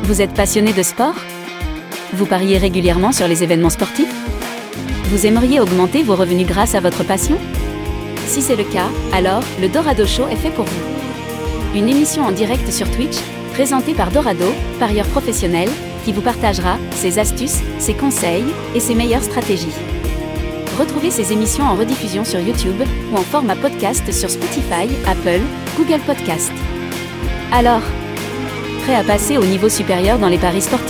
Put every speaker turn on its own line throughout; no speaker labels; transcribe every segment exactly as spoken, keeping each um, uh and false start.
Vous êtes passionné de sport ? Vous pariez régulièrement sur les événements sportifs ? Vous aimeriez augmenter vos revenus grâce à votre passion ? Si c'est le cas, alors le Dorado Show est fait pour vous. Une émission en direct sur Twitch, présentée par Dorado, parieur professionnel, qui vous partagera ses astuces, ses conseils et ses meilleures stratégies. Retrouvez ces émissions en rediffusion sur YouTube ou en format podcast sur Spotify, Apple, Google Podcast. Alors, prêt à passer au niveau supérieur dans les paris sportifs ?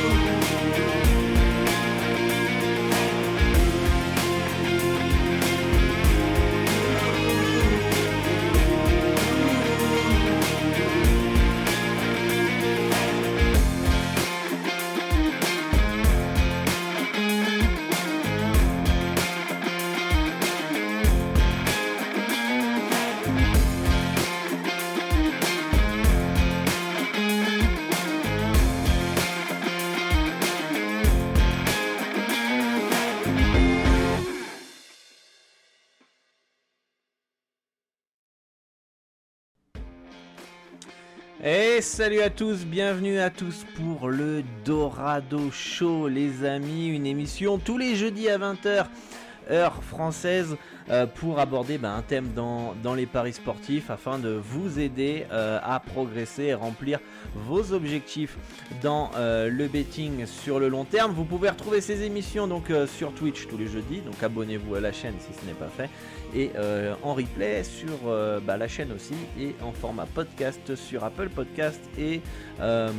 Et salut à tous, bienvenue à tous pour le Dorado Show les amis, une émission tous les jeudis à vingt heures, heure française, euh, pour aborder bah, un thème dans, dans les paris sportifs afin de vous aider euh, à progresser et remplir vos objectifs dans euh, le betting sur le long terme. Vous pouvez retrouver ces émissions donc euh, sur Twitch tous les jeudis, donc abonnez-vous à la chaîne si ce n'est pas fait. Et euh, en replay sur euh, bah, la chaîne aussi et en format podcast sur Apple Podcast et euh,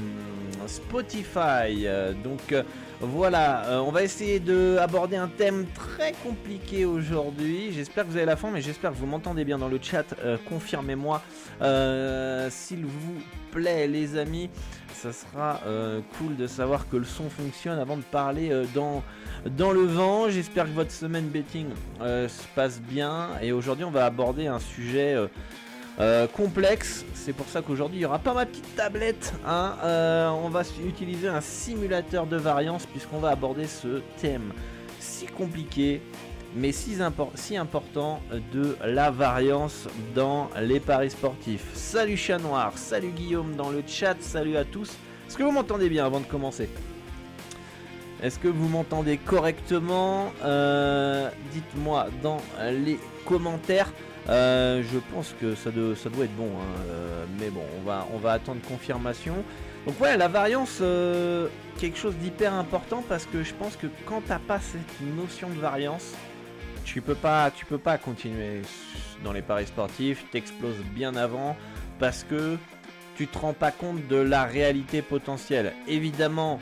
Spotify. Euh, donc euh, voilà, euh, on va essayer d'aborder un thème très compliqué aujourd'hui. J'espère que vous avez la forme et j'espère que vous m'entendez bien dans le chat. Euh, confirmez-moi euh, s'il vous plaît les amis. Ça sera euh, cool de savoir que le son fonctionne avant de parler euh, dans, dans le vent. J'espère que votre semaine betting euh, se passe bien. Et aujourd'hui, on va aborder un sujet euh, euh, complexe. C'est pour ça qu'aujourd'hui, il n'y aura pas ma petite tablette. Hein. Euh, on va utiliser un simulateur de variance puisqu'on va aborder ce thème si compliqué, mais si, impor- si important de la variance dans les paris sportifs. Salut Chat Noir, salut Guillaume dans le chat, salut à tous. Est-ce que vous m'entendez bien avant de commencer ? Est-ce que vous m'entendez correctement ? euh, Dites-moi dans les commentaires. Euh, je pense que ça, de, ça doit être bon, hein, euh, mais bon, on va, on va attendre confirmation. Donc voilà, la variance, euh, quelque chose d'hyper important parce que je pense que quand t'as pas cette notion de variance, tu peux pas, tu peux pas continuer dans les paris sportifs, tu t'exploses bien avant parce que tu te rends pas compte de la réalité potentielle. Évidemment,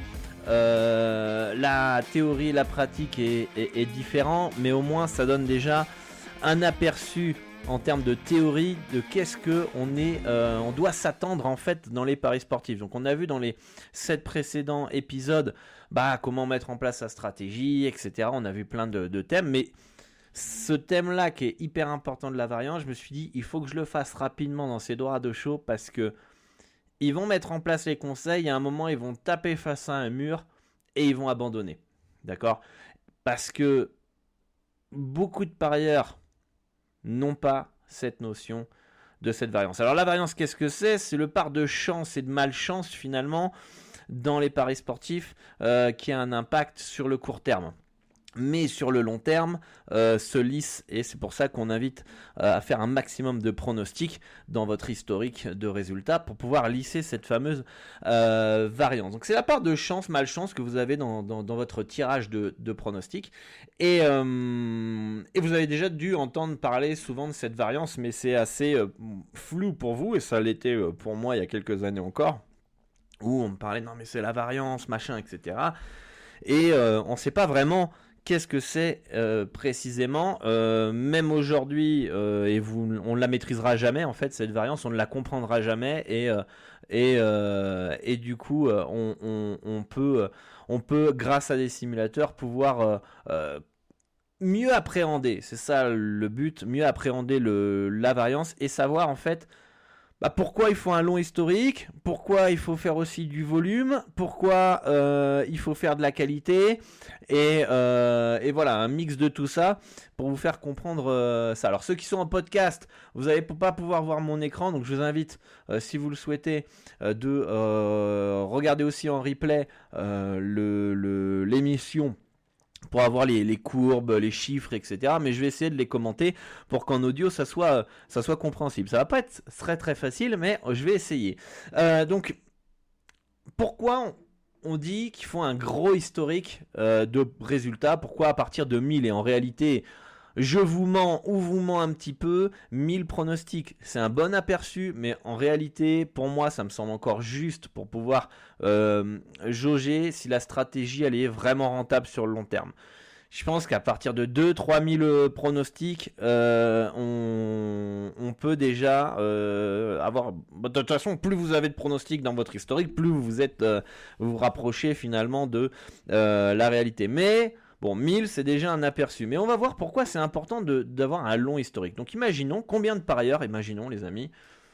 euh, la théorie et la pratique est, est, est différent, mais au moins ça donne déjà un aperçu en termes de théorie de qu'est-ce que on est, euh, on doit s'attendre en fait dans les paris sportifs. Donc on a vu dans les sept précédents épisodes, bah comment mettre en place sa stratégie, et cetera. On a vu plein de, de thèmes, mais ce thème-là qui est hyper important de la variance, je me suis dit il faut que je le fasse rapidement dans ces Dorado Show parce que ils vont mettre en place les conseils et à un moment ils vont taper face à un mur et ils vont abandonner. D'accord ? Parce que beaucoup de parieurs n'ont pas cette notion de cette variance. Alors la variance, qu'est-ce que c'est ? C'est le part de chance et de malchance finalement dans les paris sportifs euh, qui a un impact sur le court terme. Mais sur le long terme, euh, se lisse et c'est pour ça qu'on invite euh, à faire un maximum de pronostics dans votre historique de résultats pour pouvoir lisser cette fameuse euh, variance. Donc c'est la part de chance, malchance que vous avez dans, dans, dans votre tirage de, de pronostics. Et, euh, et vous avez déjà dû entendre parler souvent de cette variance, mais c'est assez euh, flou pour vous et ça l'était euh, pour moi il y a quelques années encore, où on me parlait non mais c'est la variance, machin, et cetera. Et euh, on ne sait pas vraiment qu'est-ce que c'est euh, précisément, euh, même aujourd'hui, euh, et vous, on ne la maîtrisera jamais en fait cette variance, on ne la comprendra jamais et euh, et, euh, et du coup euh, on, on, on peut on peut grâce à des simulateurs pouvoir euh, euh, mieux appréhender, c'est ça le but, mieux appréhender le, la variance et savoir en fait Bah pourquoi il faut un long historique? Pourquoi il faut faire aussi du volume? Pourquoi euh, il faut faire de la qualité? Et, euh, et voilà, un mix de tout ça pour vous faire comprendre euh, ça. Alors ceux qui sont en podcast, vous n'allez pas pouvoir voir mon écran, donc je vous invite, euh, si vous le souhaitez, euh, de euh, regarder aussi en replay euh, le, le, l'émission pour avoir les, les courbes, les chiffres, et cetera. Mais je vais essayer de les commenter pour qu'en audio ça soit, ça soit compréhensible. Ça va pas être très très facile, mais je vais essayer. Euh, donc, pourquoi on, on dit qu'il faut un gros historique euh, de résultats? Pourquoi à partir de mille? Et en réalité, je vous mens ou vous mens un petit peu, mille pronostics, c'est un bon aperçu, mais en réalité, pour moi, ça me semble encore juste pour pouvoir euh, jauger si la stratégie elle est vraiment rentable sur le long terme. Je pense qu'à partir de deux à trois mille pronostics, euh, on, on peut déjà euh, avoir... De toute façon, plus vous avez de pronostics dans votre historique, plus vous êtes, euh, vous vous rapprochez finalement de euh, la réalité. Mais... Bon, mille, c'est déjà un aperçu. Mais on va voir pourquoi c'est important de, d'avoir un long historique. Donc imaginons, combien de parieurs, imaginons les amis,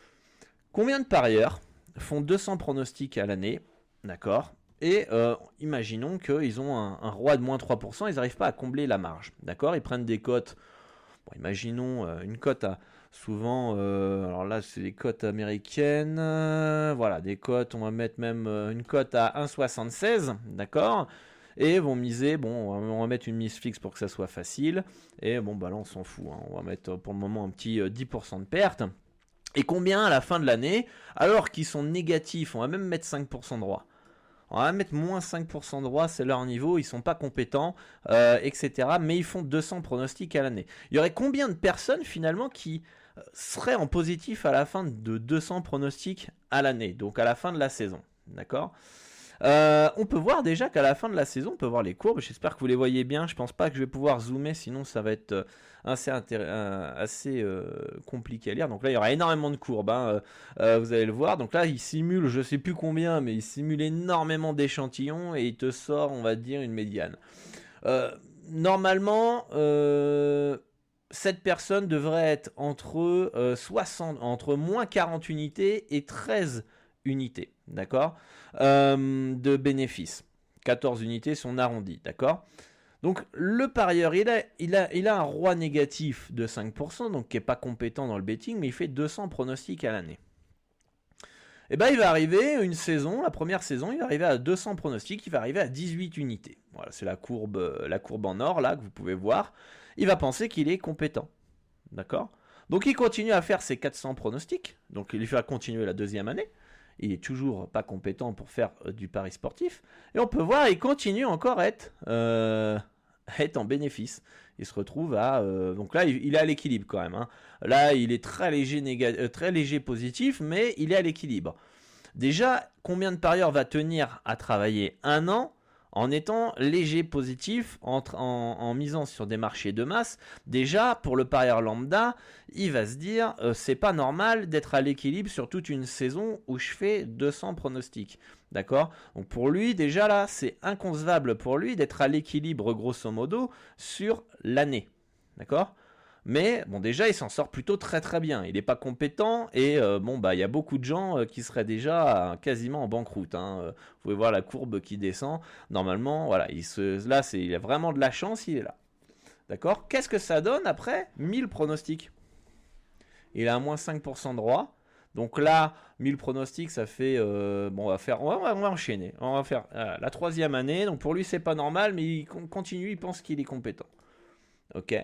combien de parieurs font deux cents pronostics à l'année, d'accord? Et euh, imaginons qu'ils ont un, un roi de moins trois pour cent, ils n'arrivent pas à combler la marge, d'accord? Ils prennent des cotes, bon, imaginons euh, une cote à souvent, euh, alors là c'est des cotes américaines, euh, voilà, des cotes, on va mettre même euh, une cote à un virgule soixante-seize, d'accord? Et vont miser, bon, on va mettre une mise fixe pour que ça soit facile. Et bon, bah là, on s'en fout. Hein. On va mettre pour le moment un petit euh, dix pour cent de perte. Et combien à la fin de l'année? Alors qu'ils sont négatifs, on va même mettre cinq pour cent de droit. On va mettre moins cinq pour cent de droit, c'est leur niveau, ils sont pas compétents, euh, et cetera. Mais ils font deux cents pronostics à l'année. Il y aurait combien de personnes finalement qui seraient en positif à la fin de deux cents pronostics à l'année? Donc à la fin de la saison, d'accord? Euh, on peut voir déjà qu'à la fin de la saison, on peut voir les courbes. J'espère que vous les voyez bien. Je pense pas que je vais pouvoir zoomer, sinon ça va être assez, intér- assez euh, compliqué à lire. Donc là, il y aura énormément de courbes. Hein. Euh, vous allez le voir. Donc là, il simule, je sais plus combien, mais il simule énormément d'échantillons et il te sort, on va dire, une médiane. Euh, normalement, euh, cette personne devrait être entre euh, soixante, entre moins quarante unités et treize unités, d'accord, euh, de bénéfices. quatorze unités sont arrondies, d'accord. Donc le parieur, il a, il, a, il a un roi négatif de cinq pour cent, donc qui n'est pas compétent dans le betting, mais il fait deux cents pronostics à l'année. Et bien il va arriver une saison, la première saison, il va arriver à deux cents pronostics, il va arriver à dix-huit unités. Voilà, c'est la courbe, la courbe en or là que vous pouvez voir. Il va penser qu'il est compétent, d'accord. Donc il continue à faire ses quatre cents pronostics, donc il va continuer la deuxième année. Il est toujours pas compétent pour faire euh, du pari sportif. Et on peut voir, il continue encore à être, euh, à être en bénéfice. Il se retrouve à... Euh, donc là, il, il est à l'équilibre quand même. Hein. Là, il est très léger, néga- euh, très léger positif, mais il est à l'équilibre. Déjà, combien de parieurs va tenir à travailler un an en étant léger positif, en, en, en misant sur des marchés de masse? Déjà, pour le parieur lambda, il va se dire euh, c'est pas normal d'être à l'équilibre sur toute une saison où je fais deux cents pronostics. D'accord? Donc pour lui, déjà là, c'est inconcevable pour lui d'être à l'équilibre grosso modo sur l'année. D'accord? Mais bon, déjà, il s'en sort plutôt très très bien. Il n'est pas compétent et euh, bon, bah, il y a beaucoup de gens euh, qui seraient déjà euh, quasiment en banqueroute. Hein. Euh, vous pouvez voir la courbe qui descend. Normalement, voilà, il se, là, c'est, il a vraiment de la chance, il est là. D'accord? Qu'est-ce que ça donne après mille pronostics? Il a à moins cinq pour cent de droit. Donc là, mille pronostics, ça fait... Euh, bon, on va faire... On va, on va enchaîner. On va faire euh, la troisième année. Donc pour lui, c'est pas normal, mais il continue, il pense qu'il est compétent. Ok?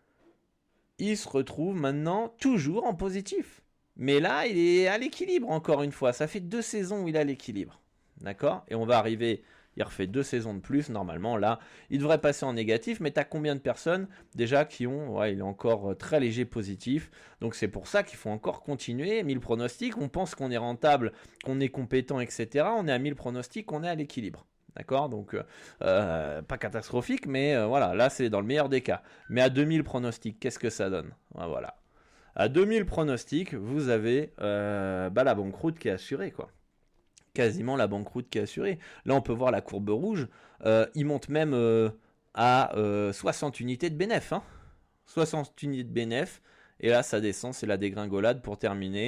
Il se retrouve maintenant toujours en positif. Mais là, il est à l'équilibre encore une fois. Ça fait deux saisons où il est à l'équilibre. D'accord? Et on va arriver, il refait deux saisons de plus. Normalement, là, il devrait passer en négatif. Mais tu as combien de personnes déjà qui ont... Ouais, il est encore très léger positif. Donc c'est pour ça qu'il faut encore continuer. mille pronostics, on pense qu'on est rentable, qu'on est compétent, et cetera. On est à mille pronostics, on est à l'équilibre. D'accord? Donc, euh, pas catastrophique, mais euh, voilà, là c'est dans le meilleur des cas. Mais à deux mille pronostics, qu'est-ce que ça donne? Voilà. À deux mille pronostics, vous avez euh, bah, la banqueroute qui est assurée, quoi. Quasiment la banqueroute qui est assurée. Là, on peut voir la courbe rouge. Euh, il monte même euh, à euh, soixante unités de bénéf. Hein. soixante unités de bénéf. Et là, ça descend, c'est la dégringolade pour terminer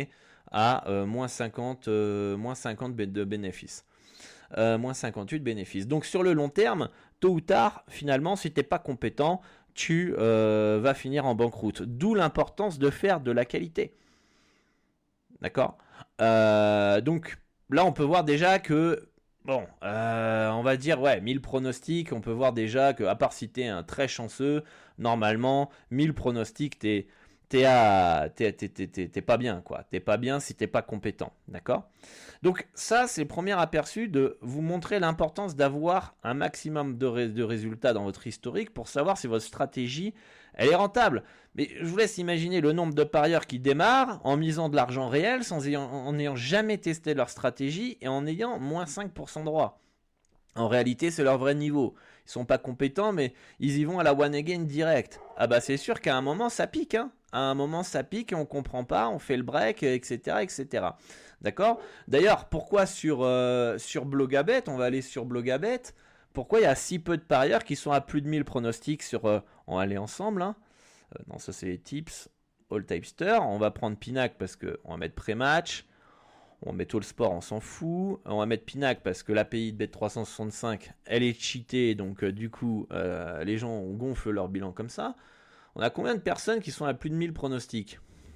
à euh, moins cinquante, euh, moins cinquante de bénéfices. Euh, moins cinquante-huit de bénéfices. Donc sur le long terme, tôt ou tard, finalement, si tu n'es pas compétent, tu euh, vas finir en banqueroute. D'où l'importance de faire de la qualité. D'accord euh, Donc là, on peut voir déjà que, bon, euh, on va dire, ouais, mille pronostics, on peut voir déjà que, à part si tu es un très chanceux, normalement, mille pronostics, tu es... T'es, à, t'es, t'es, t'es, t'es, t'es pas bien, quoi. T'es pas bien si t'es pas compétent, d'accord ? Donc ça, c'est le premier aperçu de vous montrer l'importance d'avoir un maximum de, ré- de résultats dans votre historique pour savoir si votre stratégie, elle est rentable. Mais je vous laisse imaginer le nombre de parieurs qui démarrent en misant de l'argent réel sans ayant, en n'ayant jamais testé leur stratégie et en ayant moins cinq pour cent droit. En réalité, c'est leur vrai niveau. Ils sont pas compétents, mais ils y vont à la one again direct. Ah bah c'est sûr qu'à un moment, ça pique, hein. À un moment, ça pique et on comprend pas, on fait le break, et cetera, et cetera. D'accord ? D'ailleurs, pourquoi sur, euh, sur Blogabet, on va aller sur Blogabet, pourquoi il y a si peu de parieurs qui sont à plus de mille pronostics sur... Euh, on va aller ensemble, hein. Euh, non, ça c'est les tips. All Tipster. On va prendre Pinac parce qu'on va mettre pré-match. On va mettre All Sport, on s'en fout. On va mettre Pinac parce que l'A P I de Bet trois cent soixante-cinq, elle est cheatée. Donc euh, du coup, euh, les gens gonflent leur bilan comme ça. On a combien de personnes qui sont à plus de mille pronostics ?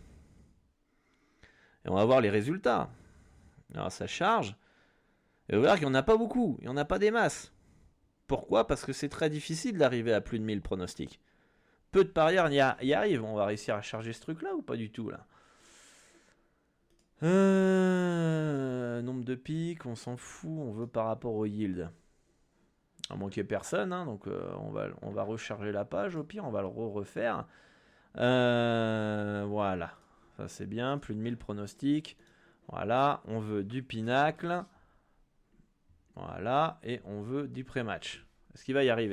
Et on va voir les résultats. Alors ça charge. Et on va voir qu'il n'y en a pas beaucoup. Il n'y en a pas des masses. Pourquoi ? Parce que c'est très difficile d'arriver à plus de mille pronostics. Peu de parieurs y, a, y arrivent. On va réussir à charger ce truc-là ou pas du tout là ? Euh, nombre de pics, on s'en fout, on veut par rapport au yield. À manquer personne, hein, donc euh, on, va, on va recharger la page, au pire, on va le re-refaire. Euh, voilà, ça c'est bien, plus de mille pronostics. Voilà, on veut du pinacle. Voilà, et on veut du pré-match. Est-ce qu'il va y arriver ?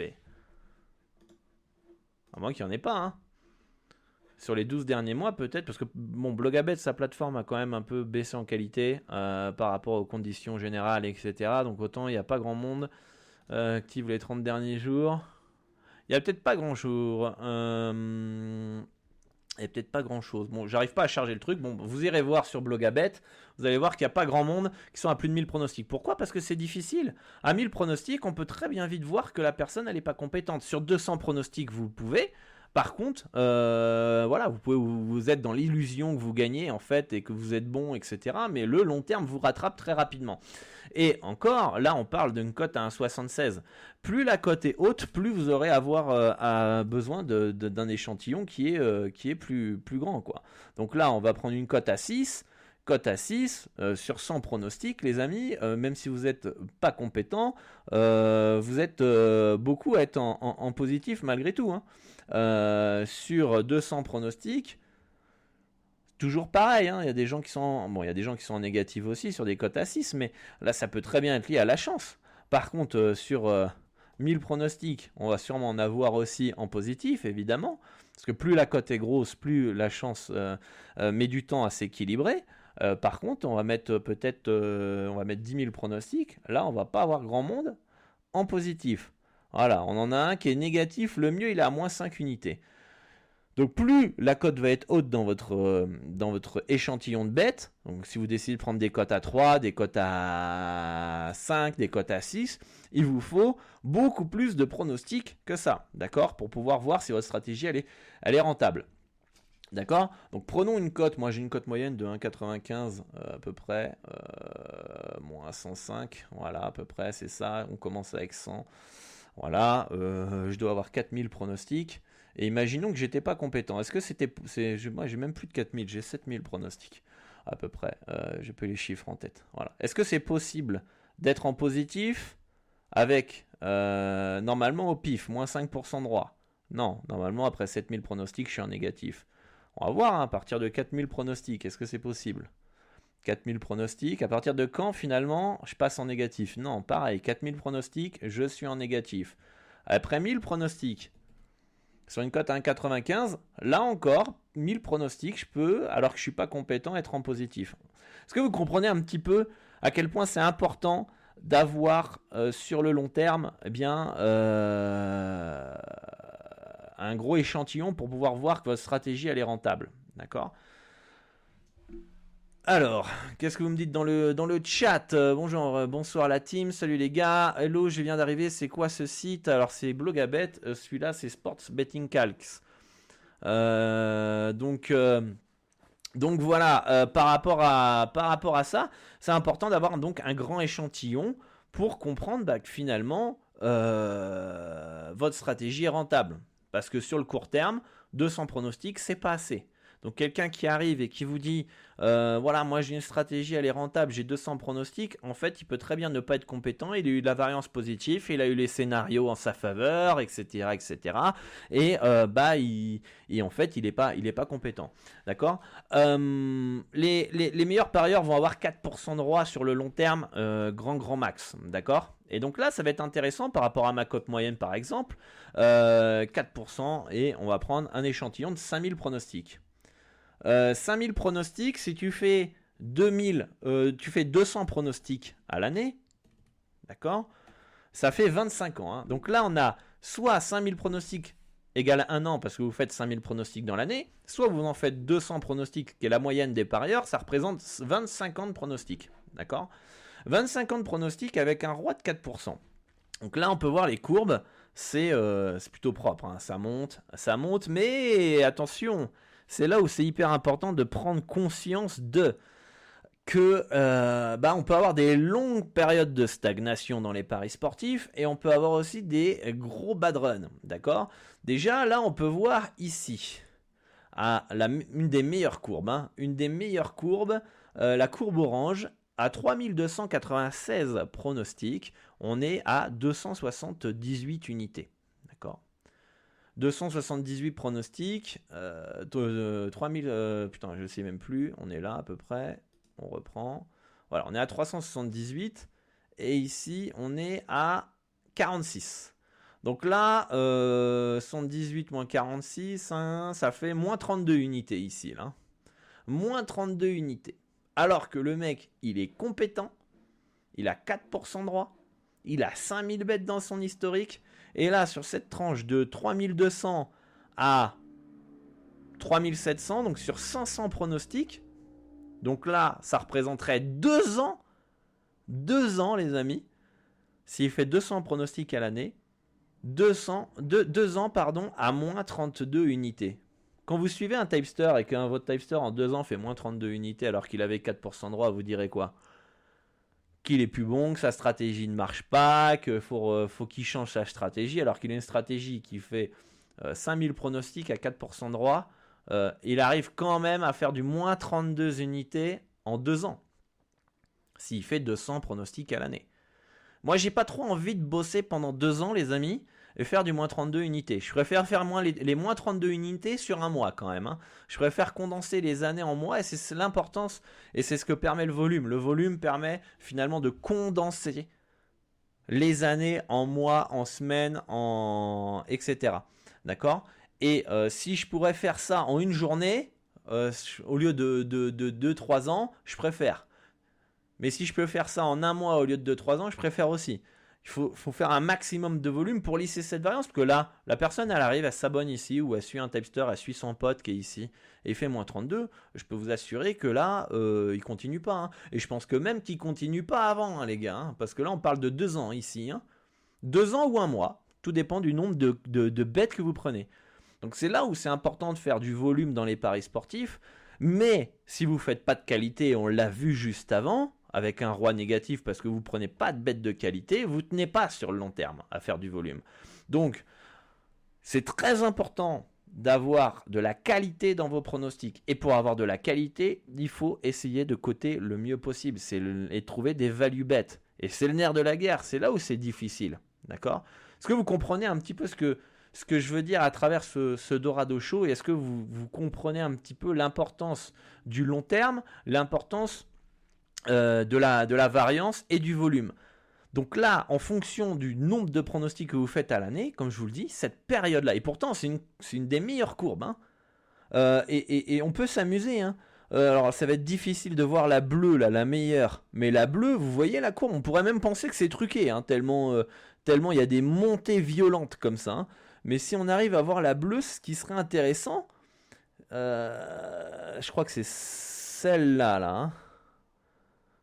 À moins qu'il n'y en ait pas, hein. Sur les douze derniers mois, peut-être, parce que bon, Blogabet, sa plateforme a quand même un peu baissé en qualité euh, par rapport aux conditions générales, et cetera. Donc autant il n'y a pas grand monde euh, active les trente derniers jours. Il n'y a peut-être pas grand chose. Euh, il n'y a peut-être pas grand chose. Bon, j'arrive pas à charger le truc. Bon, vous irez voir sur Blogabet. Vous allez voir qu'il n'y a pas grand monde qui sont à plus de mille pronostics. Pourquoi ? Parce que c'est difficile. À mille pronostics, on peut très bien vite voir que la personne, elle n'est pas compétente. Sur deux cents pronostics, vous pouvez. Par contre, euh, voilà, vous pouvez vous, vous êtes dans l'illusion que vous gagnez en fait et que vous êtes bon, et cetera. Mais le long terme vous rattrape très rapidement. Et encore, là, on parle d'une cote à un virgule soixante-seize. Plus la cote est haute, plus vous aurez avoir euh, à besoin de, de, d'un échantillon qui est euh, qui est plus plus grand, quoi. Donc là, on va prendre une cote à six. Cote à six, euh, sur cent pronostics, les amis, euh, même si vous n'êtes pas compétent, euh, vous êtes euh, beaucoup à être en, en, en positif malgré tout, hein. Euh, sur deux cents pronostics, toujours pareil, hein, il y a des gens qui sont en, bon, il y a des gens qui sont en négatif aussi sur des cotes à six, mais là ça peut très bien être lié à la chance. Par contre, euh, sur euh, mille pronostics, on va sûrement en avoir aussi en positif, évidemment, parce que plus la cote est grosse, plus la chance euh, euh, met du temps à s'équilibrer. Euh, par contre, on va mettre peut-être euh, on va mettre dix mille pronostics. Là, on va pas avoir grand monde en positif. Voilà, on en a un qui est négatif. Le mieux, il est à moins cinq unités. Donc, plus la cote va être haute dans votre, euh, dans votre échantillon de bêtes, donc si vous décidez de prendre des cotes à trois, des cotes à cinq, des cotes à six, il vous faut beaucoup plus de pronostics que ça, d'accord ? Pour pouvoir voir si votre stratégie, elle est, elle est rentable. D'accord ? Donc prenons une cote, moi j'ai une cote moyenne de un virgule quatre-vingt-quinze euh, à peu près, euh, moins cent cinq, voilà à peu près, c'est ça, on commence avec cent, voilà, euh, je dois avoir quatre mille pronostics, et imaginons que j'étais pas compétent, est-ce que c'était, c'est, je, moi j'ai même plus de quatre mille, j'ai sept mille pronostics à peu près, euh, j'ai peu les chiffres en tête, voilà. Est-ce que c'est possible d'être en positif avec, euh, normalement au pif, moins cinq pour cent droit ? Non, normalement après sept mille pronostics je suis en négatif. On va voir, hein, à partir de quatre mille pronostics, est-ce que c'est possible ? quatre mille pronostics, à partir de quand finalement je passe en négatif ? Non, pareil, quatre mille pronostics, je suis en négatif. Après mille pronostics, sur une cote à un virgule quatre-vingt-quinze, là encore, mille pronostics, je peux, alors que je ne suis pas compétent, être en positif. Est-ce que vous comprenez un petit peu à quel point c'est important d'avoir euh, sur le long terme, eh bien... Euh, un gros échantillon pour pouvoir voir que votre stratégie elle est rentable, d'accord ? Alors, qu'est-ce que vous me dites dans le, dans le chat? euh, Bonjour, euh, bonsoir la team, salut les gars. Hello, je viens d'arriver, c'est quoi ce site? Alors, c'est Blogabet, euh, celui-là, c'est Sports Betting Calcs. Euh, donc, euh, donc voilà, euh, par, rapport à, par rapport à ça, c'est important d'avoir donc un grand échantillon pour comprendre bah, que finalement, euh, votre stratégie est rentable. Parce que sur le court terme, deux cents pronostics, c'est pas assez. Donc quelqu'un qui arrive et qui vous dit euh, voilà, moi j'ai une stratégie, elle est rentable, j'ai deux cents pronostics, en fait il peut très bien ne pas être compétent, il a eu de la variance positive, il a eu les scénarios en sa faveur, etc, etc, et euh, bah il, et en fait il n'est pas, il est pas compétent, d'accord. euh, les, les, les meilleurs parieurs vont avoir quatre pour cent de droit sur le long terme, euh, grand grand max, d'accord. Et donc là ça va être intéressant par rapport à ma cote moyenne par exemple, euh, quatre pour cent, et on va prendre un échantillon de cinq mille pronostics. Euh, cinq mille pronostics, si tu fais deux mille, euh, tu fais deux cents pronostics à l'année, d'accord, ça fait vingt-cinq ans. Hein. Donc là, on a soit cinq mille pronostics égale un an parce que vous faites cinq mille pronostics dans l'année, soit vous en faites deux cents pronostics, qui est la moyenne des parieurs, ça représente vingt-cinq ans de pronostics, d'accord. vingt-cinq ans de pronostics avec un roi de quatre pour cent. Donc là, on peut voir les courbes, c'est euh, c'est plutôt propre, hein. Ça monte, ça monte, mais attention, c'est là où c'est hyper important de prendre conscience de que euh, bah on peut avoir des longues périodes de stagnation dans les paris sportifs et on peut avoir aussi des gros bad runs, d'accord. Déjà là on peut voir ici à la, une des meilleures courbes, hein, une des meilleures courbes, euh, la courbe orange à trois mille deux cent quatre-vingt-seize pronostics, on est à deux cent soixante-dix-huit unités, d'accord. deux cent soixante-dix-huit pronostics, euh, euh, trois mille, euh, putain, je sais même plus, on est là à peu près, on reprend. Voilà, on est à trois cent soixante-dix-huit, et ici, on est à quarante-six. Donc là, euh, soixante-dix-huit moins quarante-six, hein, ça fait moins trente-deux unités ici, là. Moins trente-deux unités. Alors que le mec, il est compétent, il a quatre pour cent de droit, il a cinq mille bêtes dans son historique, et là, sur cette tranche de trois mille deux cents à trois mille sept cents, donc sur cinq cents pronostics, donc là, ça représenterait deux ans, deux ans, les amis, s'il fait deux cents pronostics à l'année, deux cents, deux, deux ans, pardon, à moins trente-deux unités. Quand vous suivez un tipster et qu'un votre tipster en deux ans fait moins trente-deux unités alors qu'il avait quatre pour cent de droit, vous direz quoi? Qu'il est plus bon, que sa stratégie ne marche pas, qu'il faut, euh, faut qu'il change sa stratégie, alors qu'il a une stratégie qui fait euh, cinq mille pronostics à quatre pour cent de droit, euh, il arrive quand même à faire du moins trente-deux unités en deux ans, s'il fait deux cents pronostics à l'année. Moi, j'ai pas trop envie de bosser pendant deux ans, les amis, et faire du moins trente-deux unités. Je préfère faire moins les, les moins trente-deux unités sur un mois quand même. Hein. Je préfère condenser les années en mois et c'est l'importance et c'est ce que permet le volume. Le volume permet finalement de condenser les années en mois, en semaines, en et cetera. D'accord. Et euh, si je pourrais faire ça en une journée, euh, au lieu de deux trois ans, je préfère. Mais si je peux faire ça en un mois au lieu de deux trois ans, je préfère aussi. Il faut, faut faire un maximum de volume pour lisser cette variance. Parce que là, la personne, elle arrive, elle s'abonne ici, ou elle suit un tipster, elle suit son pote qui est ici, et il fait moins trente-deux. Je peux vous assurer que là, euh, il continue pas. Hein. Et je pense que même qu'il continue pas avant, hein, les gars. Hein, parce que là, on parle de deux ans ici. Hein. Deux ans ou un mois. Tout dépend du nombre de, de, de bêtes que vous prenez. Donc c'est là où c'est important de faire du volume dans les paris sportifs. Mais si vous ne faites pas de qualité, on l'a vu juste avant, avec un roi négatif parce que vous ne prenez pas de bêtes de qualité, vous ne tenez pas sur le long terme à faire du volume. Donc, c'est très important d'avoir de la qualité dans vos pronostics. Et pour avoir de la qualité, il faut essayer de coter le mieux possible c'est le, et trouver des value bets. Et c'est le nerf de la guerre, c'est là où c'est difficile. D'accord ? Est-ce que vous comprenez un petit peu ce que, ce que je veux dire à travers ce, ce Dorado Show ? Et est-ce que vous, vous comprenez un petit peu l'importance du long terme, l'importance Euh, de, la, de la variance et du volume. Donc là, en fonction du nombre de pronostics que vous faites à l'année, comme je vous le dis, cette période-là, et pourtant c'est une, c'est une des meilleures courbes, hein, euh, et, et, et on peut s'amuser. Hein. Euh, alors ça va être difficile de voir la bleue, là, la meilleure, mais la bleue, vous voyez la courbe, on pourrait même penser que c'est truqué, hein, tellement euh, tellement il y a des montées violentes comme ça. Hein. Mais si on arrive à voir la bleue, ce qui serait intéressant, euh, je crois que c'est celle-là, là, hein.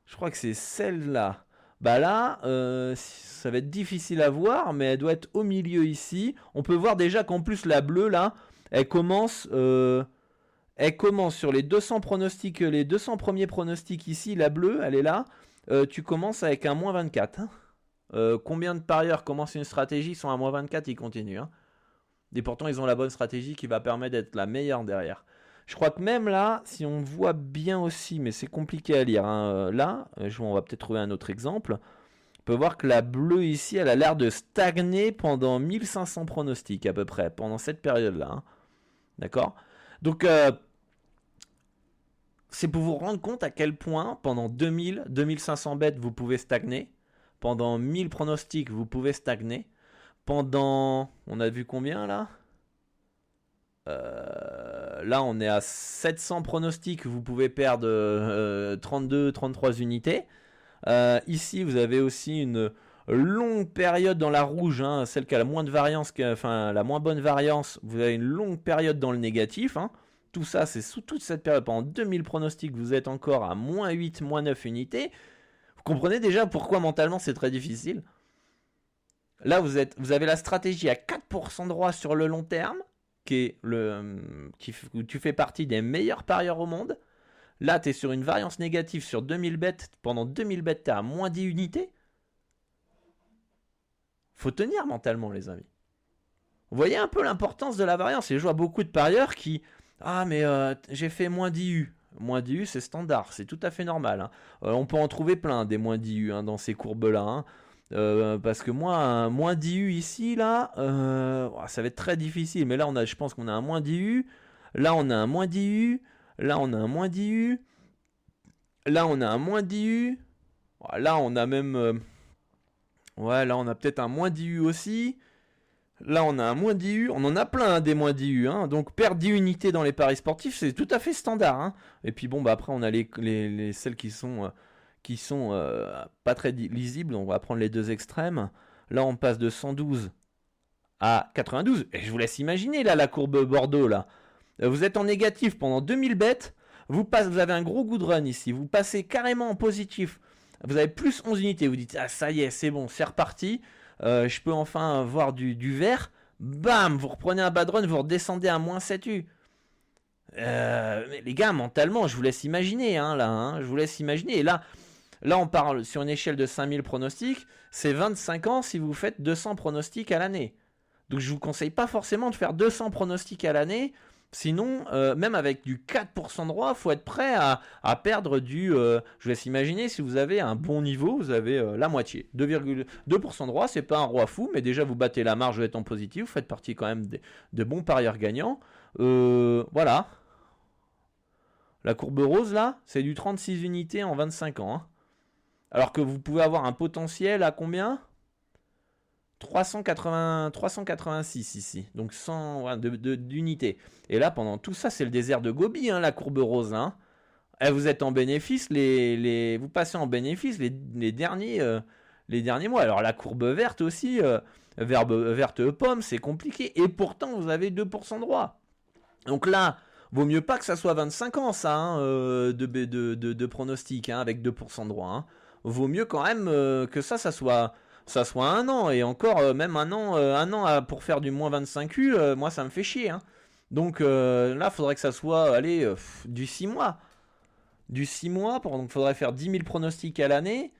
Je crois que c'est celle-là. Bah là, euh, ça va être difficile à voir, mais elle doit être au milieu ici. On peut voir déjà qu'en plus la bleue là, elle commence, euh, elle commence sur les deux cents pronostics, les deux cents premiers pronostics ici. La bleue, elle est là. Euh, tu commences avec un moins vingt-quatre. Hein. Euh, combien de parieurs commencent une stratégie, ils sont à moins vingt-quatre, ils continuent. Hein. Et pourtant, ils ont la bonne stratégie qui va permettre d'être la meilleure derrière. Je crois que même là, si on voit bien aussi, mais c'est compliqué à lire, hein, là, on va peut-être trouver un autre exemple, on peut voir que la bleue ici, elle a l'air de stagner pendant mille cinq cents pronostics à peu près, pendant cette période-là. Hein. D'accord ? Donc, euh, c'est pour vous rendre compte à quel point, pendant deux mille, deux mille cinq cents bêtes, vous pouvez stagner. Pendant mille pronostics, vous pouvez stagner. Pendant, on a vu combien là ? Euh, là, on est à sept cents pronostics. Vous pouvez perdre euh, trente-deux trente-trois unités. Euh, ici, vous avez aussi une longue période dans la rouge, hein, celle qui a la moins de variance, enfin la moins bonne variance. Vous avez une longue période dans le négatif. Hein. Tout ça, c'est sous toute cette période. Pendant deux mille pronostics, vous êtes encore à moins huit, moins neuf unités. Vous comprenez déjà pourquoi mentalement c'est très difficile. Là, vous, êtes, vous avez la stratégie à quatre pour cent droit sur le long terme. Qui est le, qui, où tu fais partie des meilleurs parieurs au monde. Là, tu es sur une variance négative sur deux mille bêtes. Pendant deux mille bêtes, tu es à moins dix unités. Faut tenir mentalement, les amis. Vous voyez un peu l'importance de la variance. Et je vois beaucoup de parieurs qui... Ah, mais euh, j'ai fait moins dix U. Moins dix U, c'est standard. C'est tout à fait normal. Hein. Euh, on peut en trouver plein des moins dix U hein, dans ces courbes-là. Hein. Euh, parce que moi, un moins dix U ici, là, euh, ça va être très difficile. Mais là, on a, je pense qu'on a un moins dix U. Là, on a un moins dix U. Là, on a un moins dix U. Là, on a un moins dix U. Là, on a même... Euh, ouais, là, on a peut-être un moins dix U aussi. Là, on a un moins dix U. On en a plein, hein, des moins dix U. Hein. Donc, perdre dix unités dans les paris sportifs, c'est tout à fait standard. Hein. Et puis, bon, bah après, on a les, les, les celles qui sont... Euh, qui sont euh, pas très lisibles, on va prendre les deux extrêmes. Là, on passe de cent douze à quatre-vingt-douze. Et je vous laisse imaginer, là, la courbe Bordeaux, là. Vous êtes en négatif pendant deux mille bêtes. Vous, passez, vous avez un gros good run ici. Vous passez carrément en positif. Vous avez plus onze unités. Vous dites, ah, ça y est, c'est bon, c'est reparti. Euh, je peux enfin voir du, du vert. Bam, vous reprenez un bad run, vous redescendez à moins sept U. Euh, mais les gars, mentalement, je vous laisse imaginer, hein, là. Hein, je vous laisse imaginer. Et là... Là, on parle sur une échelle de cinq mille pronostics, c'est vingt-cinq ans si vous faites deux cents pronostics à l'année. Donc, je ne vous conseille pas forcément de faire deux cents pronostics à l'année. Sinon, euh, même avec du quatre pour cent droit, il faut être prêt à, à perdre du... Euh, je vous laisse imaginer, si vous avez un bon niveau, vous avez euh, la moitié. deux virgule deux pour cent droit, c'est pas un roi fou, mais déjà, vous battez la marge, vous êtes en positif, vous faites partie quand même de, de bons parieurs gagnants. Euh, voilà. La courbe rose, là, c'est du trente-six unités en vingt-cinq ans. Hein. Alors que vous pouvez avoir un potentiel à combien ? trois cent quatre-vingts, trois cent quatre-vingt-six ici. Donc cent ouais, de, de, d'unités. Et là, pendant tout ça, c'est le désert de Gobi, hein, la courbe rose. Hein. Et vous êtes en bénéfice, les, les, vous passez en bénéfice les, les, derniers, euh, les derniers mois. Alors la courbe verte aussi, euh, verbe, verte pomme, c'est compliqué. Et pourtant, vous avez deux pour cent droit. Donc là... Vaut mieux pas que ça soit vingt-cinq ans, ça, hein, euh, de, de, de, de pronostic, hein, avec deux pour cent de droit. Hein. Vaut mieux quand même euh, que ça, ça soit, ça soit un an. Et encore, euh, même un an, euh, un an à, pour faire du moins vingt-cinq U, euh, moi, ça me fait chier. Hein. Donc euh, là, il faudrait que ça soit, allez, euh, du six mois. Du six mois, pour, donc il faudrait faire dix mille pronostics à l'année.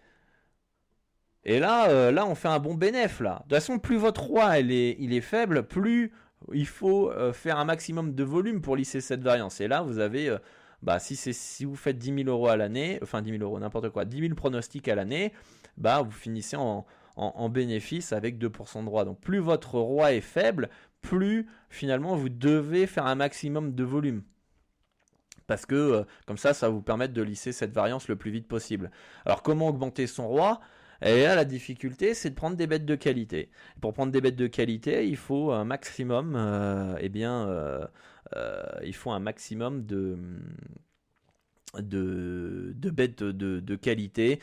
Et là, euh, là, on fait un bon bénéf, là. De toute façon, plus votre roi, il est, il est faible, plus... il faut euh, faire un maximum de volume pour lisser cette variance. Et là, vous avez, euh, bah, si, c'est, si vous faites dix mille euros à l'année, enfin dix mille euros, n'importe quoi, dix mille pronostics à l'année, bah, vous finissez en, en, en bénéfice avec deux pour cent de droit. Donc plus votre roi est faible, plus finalement vous devez faire un maximum de volume. Parce que euh, comme ça, ça va vous permettre de lisser cette variance le plus vite possible. Alors comment augmenter son roi ? Et là, la difficulté, c'est de prendre des bêtes de qualité. Pour prendre des bêtes de qualité, il faut un maximum, euh, eh bien, euh, euh, il faut un maximum de, de, de bêtes de, de, de qualité.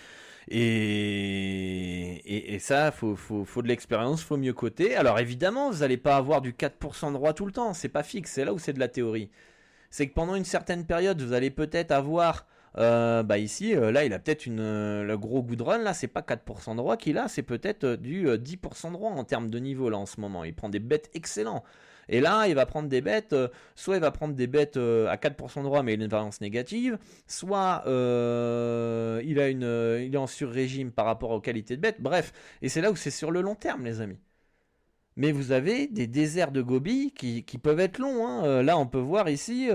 Et, et, et ça, faut, faut, faut de l'expérience, faut mieux coter. Alors évidemment, vous n'allez pas avoir du quatre pour cent de droit tout le temps. C'est pas fixe. C'est là où c'est de la théorie. C'est que pendant une certaine période, vous allez peut-être avoir Euh, bah ici, euh, là, il a peut-être une euh, le gros good run. Là, c'est pas quatre pour cent droit qu'il a, c'est peut-être euh, du euh, dix pour cent droit en termes de niveau là en ce moment. Il prend des bêtes excellents. Et là, il va prendre des bêtes, euh, soit il va prendre des bêtes euh, à quatre pour cent droit, mais il a une variance négative, soit euh, il a une, euh, il est en sur-régime par rapport aux qualités de bêtes. Bref, et c'est là où c'est sur le long terme, les amis. Mais vous avez des déserts de Gobi qui, qui peuvent être longs. Hein. Euh, là, on peut voir ici.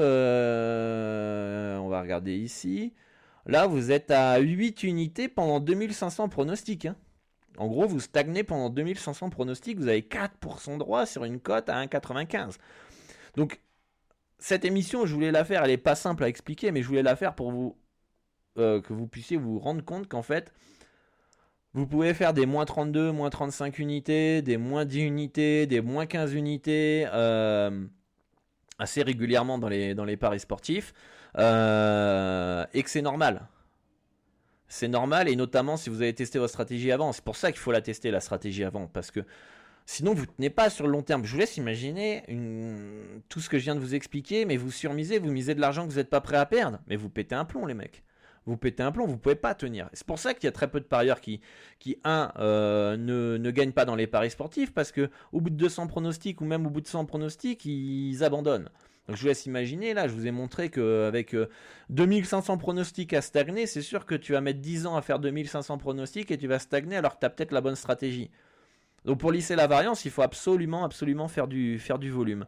Euh, on va regarder ici. Là, vous êtes à huit unités pendant deux mille cinq cents pronostics. Hein. En gros, vous stagnez pendant deux mille cinq cents pronostics. Vous avez quatre pour cent droit sur une cote à un virgule quatre-vingt-quinze. Donc, cette émission, je voulais la faire. Elle n'est pas simple à expliquer, mais je voulais la faire pour vous, euh, que vous puissiez vous rendre compte qu'en fait, vous pouvez faire des moins trente-deux, moins trente-cinq unités, des moins dix unités, des moins quinze unités euh, assez régulièrement dans les, dans les paris sportifs euh, et que c'est normal. C'est normal et notamment si vous avez testé votre stratégie avant. C'est pour ça qu'il faut la tester la stratégie avant parce que sinon vous ne tenez pas sur le long terme. Je vous laisse imaginer une... tout ce que je viens de vous expliquer mais vous surmisez, vous misez de l'argent que vous n'êtes pas prêt à perdre. Mais vous pétez un plomb les mecs. Vous pétez un plomb, vous ne pouvez pas tenir. C'est pour ça qu'il y a très peu de parieurs qui, qui un, euh, ne, ne gagnent pas dans les paris sportifs, parce qu'au bout de deux cents pronostics, ou même au bout de cent pronostics, ils abandonnent. Donc je vous laisse imaginer, là, je vous ai montré qu'avec euh, deux mille cinq cents pronostics à stagner, c'est sûr que tu vas mettre dix ans à faire deux mille cinq cents pronostics et tu vas stagner alors que tu as peut-être la bonne stratégie. Donc pour lisser la variance, il faut absolument, absolument faire du, faire du volume.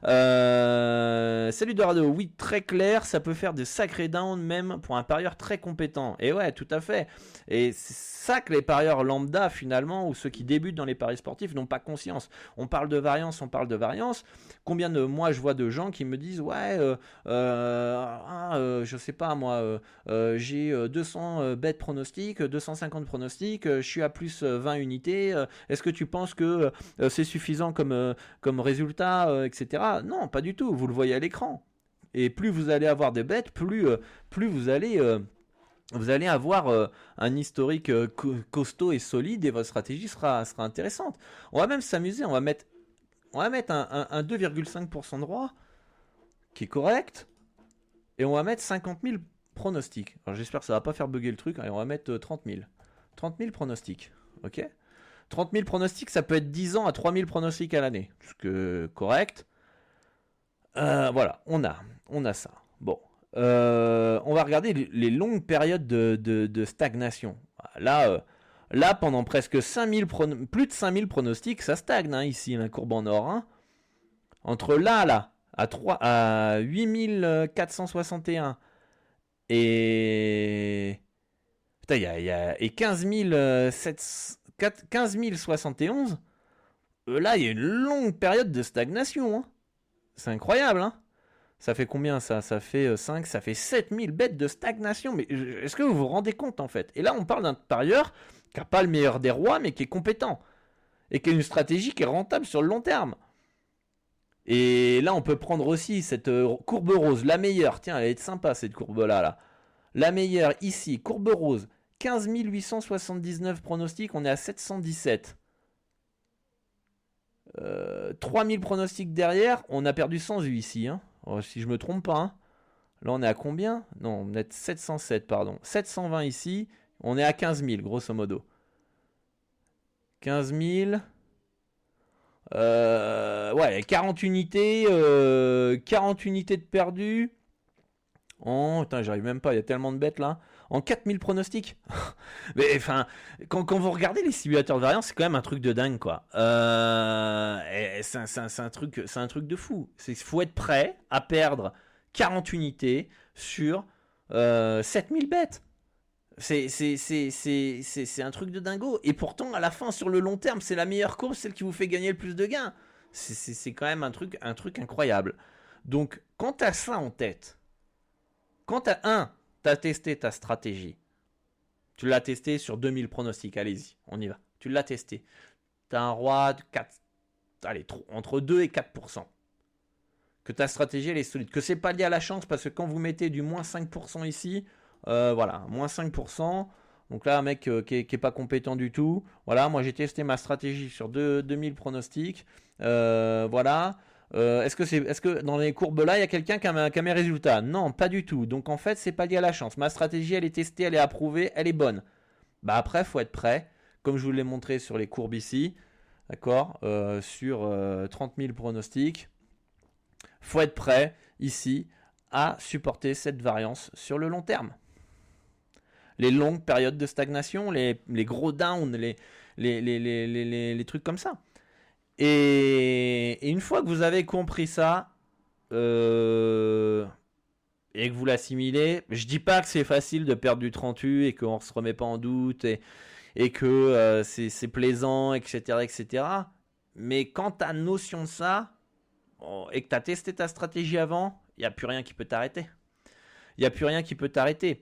Euh, salut Dorado, oui, très clair, ça peut faire de sacrés downs même pour un parieur très compétent. Et ouais, tout à fait. Et c'est ça que les parieurs lambda finalement, ou ceux qui débutent dans les paris sportifs, n'ont pas conscience. On parle de variance, on parle de variance. Combien de moi je vois de gens qui me disent ouais, euh, euh, ah, euh, je sais pas moi, euh, euh, j'ai deux cents bêtes pronostics, deux cent cinquante pronostics, je suis à plus vingt unités. Euh, est-ce que tu penses que euh, c'est suffisant comme, euh, comme résultat, euh, et cetera. Non, pas du tout. Vous le voyez à l'écran. Et plus vous allez avoir des bêtes, plus, euh, plus vous allez... Euh, vous allez avoir euh, un historique euh, co- costaud et solide et votre stratégie sera, sera intéressante. On va même s'amuser, on va mettre, on va mettre un, un, un deux virgule cinq pour cent de droit qui est correct et on va mettre cinquante mille pronostics. Alors j'espère que ça va pas faire bugger le truc. Allez, on va mettre euh, trente mille. trente mille pronostics, ok ? trente mille pronostics, ça peut être dix ans à trois mille pronostics à l'année. Ce que correct. Euh, voilà, on a, on a ça. Bon. Euh, on va regarder les longues périodes de, de, de stagnation. Là, euh, là, pendant presque cinq mille prono- plus de cinq mille pronostics, ça stagne hein, ici, la courbe en or. Hein. Entre là, là, à, trois, à huit mille quatre cent soixante et un et... Putain, y a, y a, et quinze mille soixante et onze, euh, là, il y a une longue période de stagnation. Hein. C'est incroyable, hein. Ça fait combien ça Ça fait cinq, ça fait sept mille bêtes de stagnation. Mais est-ce que vous vous rendez compte en fait? Et là, on parle d'un parieur qui n'a pas le meilleur des rois, mais qui est compétent. Et qui a une stratégie qui est rentable sur le long terme. Et là, on peut prendre aussi cette courbe rose, la meilleure. Tiens, elle est sympa cette courbe-là. Là. La meilleure ici, courbe rose. quinze mille huit cent soixante-dix-neuf pronostics, on est à sept cent dix-sept. Euh, trois mille pronostics derrière, on a perdu cent vues ici. Hein. Oh, si je me trompe pas. Hein. Là, on est à combien? Non, on est à sept cent sept, pardon. sept cent vingt ici, on est à quinze mille, grosso modo. quinze mille. Euh, ouais, quarante unités. Euh, quarante unités de perdu. Oh, putain, j'arrive même pas, il y a tellement de bêtes là. En quatre mille pronostics. Mais enfin, quand, quand vous regardez les simulateurs de variance, c'est quand même un truc de dingue quoi. Euh, c'est, un, c'est, un, c'est, un truc, c'est un truc de fou. Il faut être prêt à perdre quarante unités sur euh, sept mille bêtes. C'est, c'est, c'est, c'est, c'est, c'est un truc de dingo. Et pourtant, à la fin, sur le long terme, c'est la meilleure courbe, celle qui vous fait gagner le plus de gains. C'est, c'est, c'est quand même un truc, un truc incroyable. Donc, quand tu as ça en tête, quand tu as un, tu as testé ta stratégie, tu l'as testé sur deux mille pronostics, allez-y, on y va. Tu l'as testé. Tu as un roi de quatre, allez, entre deux et quatre pour cent. Que ta stratégie, elle est solide. Que c'est pas lié à la chance, parce que quand vous mettez du moins cinq pour cent ici, euh, voilà, moins cinq pour cent. Donc là, un mec euh, qui, est, qui est pas compétent du tout. Voilà, moi j'ai testé ma stratégie sur deux mille pronostics. Euh, voilà. Euh, est-ce que c'est, est-ce que dans les courbes là, il y a quelqu'un qui a, qui a mes résultats? Non, pas du tout. Donc en fait, c'est pas lié à la chance. Ma stratégie, elle est testée, elle est approuvée, elle est bonne. Bah après, faut être prêt. Comme je vous l'ai montré sur les courbes ici, d'accord, euh, sur euh, trente mille pronostics, faut être prêt ici à supporter cette variance sur le long terme. Les longues périodes de stagnation, les, les gros downs, les, les, les, les, les, les, les trucs comme ça. Et, et une fois que vous avez compris ça, euh, et que vous l'assimilez, je dis pas que c'est facile de perdre du trente-huit et qu'on ne se remet pas en doute et, et que euh, c'est, c'est plaisant, et cetera, et cetera. Mais quand tu as notion de ça et que tu as testé ta stratégie avant, il n'y a plus rien qui peut t'arrêter. Il n'y a plus rien qui peut t'arrêter.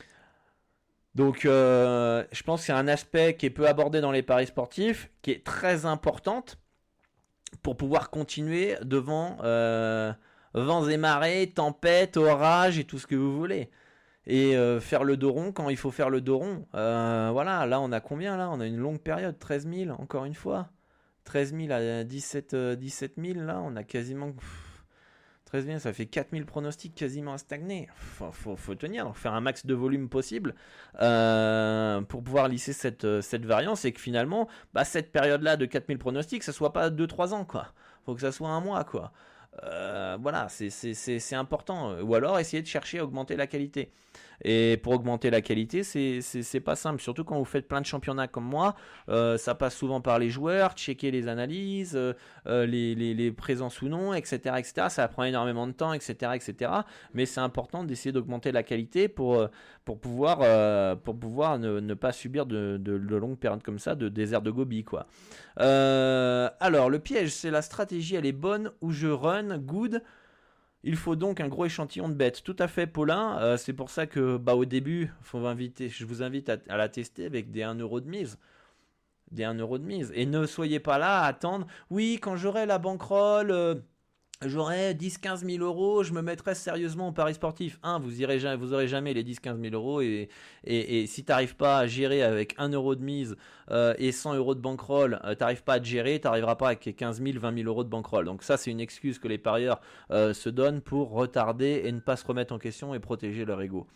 Donc, euh, je pense que c'est un aspect qui est peu abordé dans les paris sportifs, qui est très importante pour pouvoir continuer devant euh, vents et marées, tempêtes, orages et tout ce que vous voulez. Et euh, faire le dos rond quand il faut faire le dos rond. Euh, voilà, là on a combien là? On a une longue période, treize mille encore une fois. treize mille à dix-sept, euh, dix-sept mille là, on a quasiment... treize mille, ça fait quatre mille pronostics quasiment à stagner. Faut, faut, faut tenir, donc faire un max de volume possible euh, pour pouvoir lisser cette, cette variance et que finalement, bah, cette période-là de quatre mille pronostics, ça soit pas deux trois ans, quoi. Faut que ça soit un mois, quoi. Euh, voilà, c'est, c'est, c'est, c'est important. Ou alors essayer de chercher à augmenter la qualité. Et pour augmenter la qualité, c'est, c'est, c'est pas simple. Surtout quand vous faites plein de championnats comme moi, euh, ça passe souvent par les joueurs, checker les analyses, euh, les, les, les présences ou non, et cetera, et cetera. Ça prend énormément de temps, et cetera, et cetera. Mais c'est important d'essayer d'augmenter la qualité pour, pour pouvoir, euh, pour pouvoir ne, ne pas subir de, de, de longues périodes comme ça, de désert de Gobi, quoi. Euh, alors, le piège, c'est la stratégie, elle est bonne ou je run, good. Il faut donc un gros échantillon de bêtes. Tout à fait, Paulin. Euh, c'est pour ça que, bah, au début, faut inviter, je vous invite à, à la tester avec des un euro de mise. Des un euro de mise. Et ne soyez pas là à attendre. Oui, quand j'aurai la bankroll, euh, j'aurai dix à quinze mille euros, je me mettrai sérieusement au pari sportif. Un, vous irez jamais, vous aurez jamais les dix à quinze mille euros. Et, et, et si tu n'arrives pas à gérer avec un euro de mise euh, et cent euros de bankroll, euh, tu n'arrives pas à te gérer, tu n'arriveras pas avec quinze mille, vingt mille euros de bankroll. Donc ça, c'est une excuse que les parieurs euh, se donnent pour retarder et ne pas se remettre en question et protéger leur ego.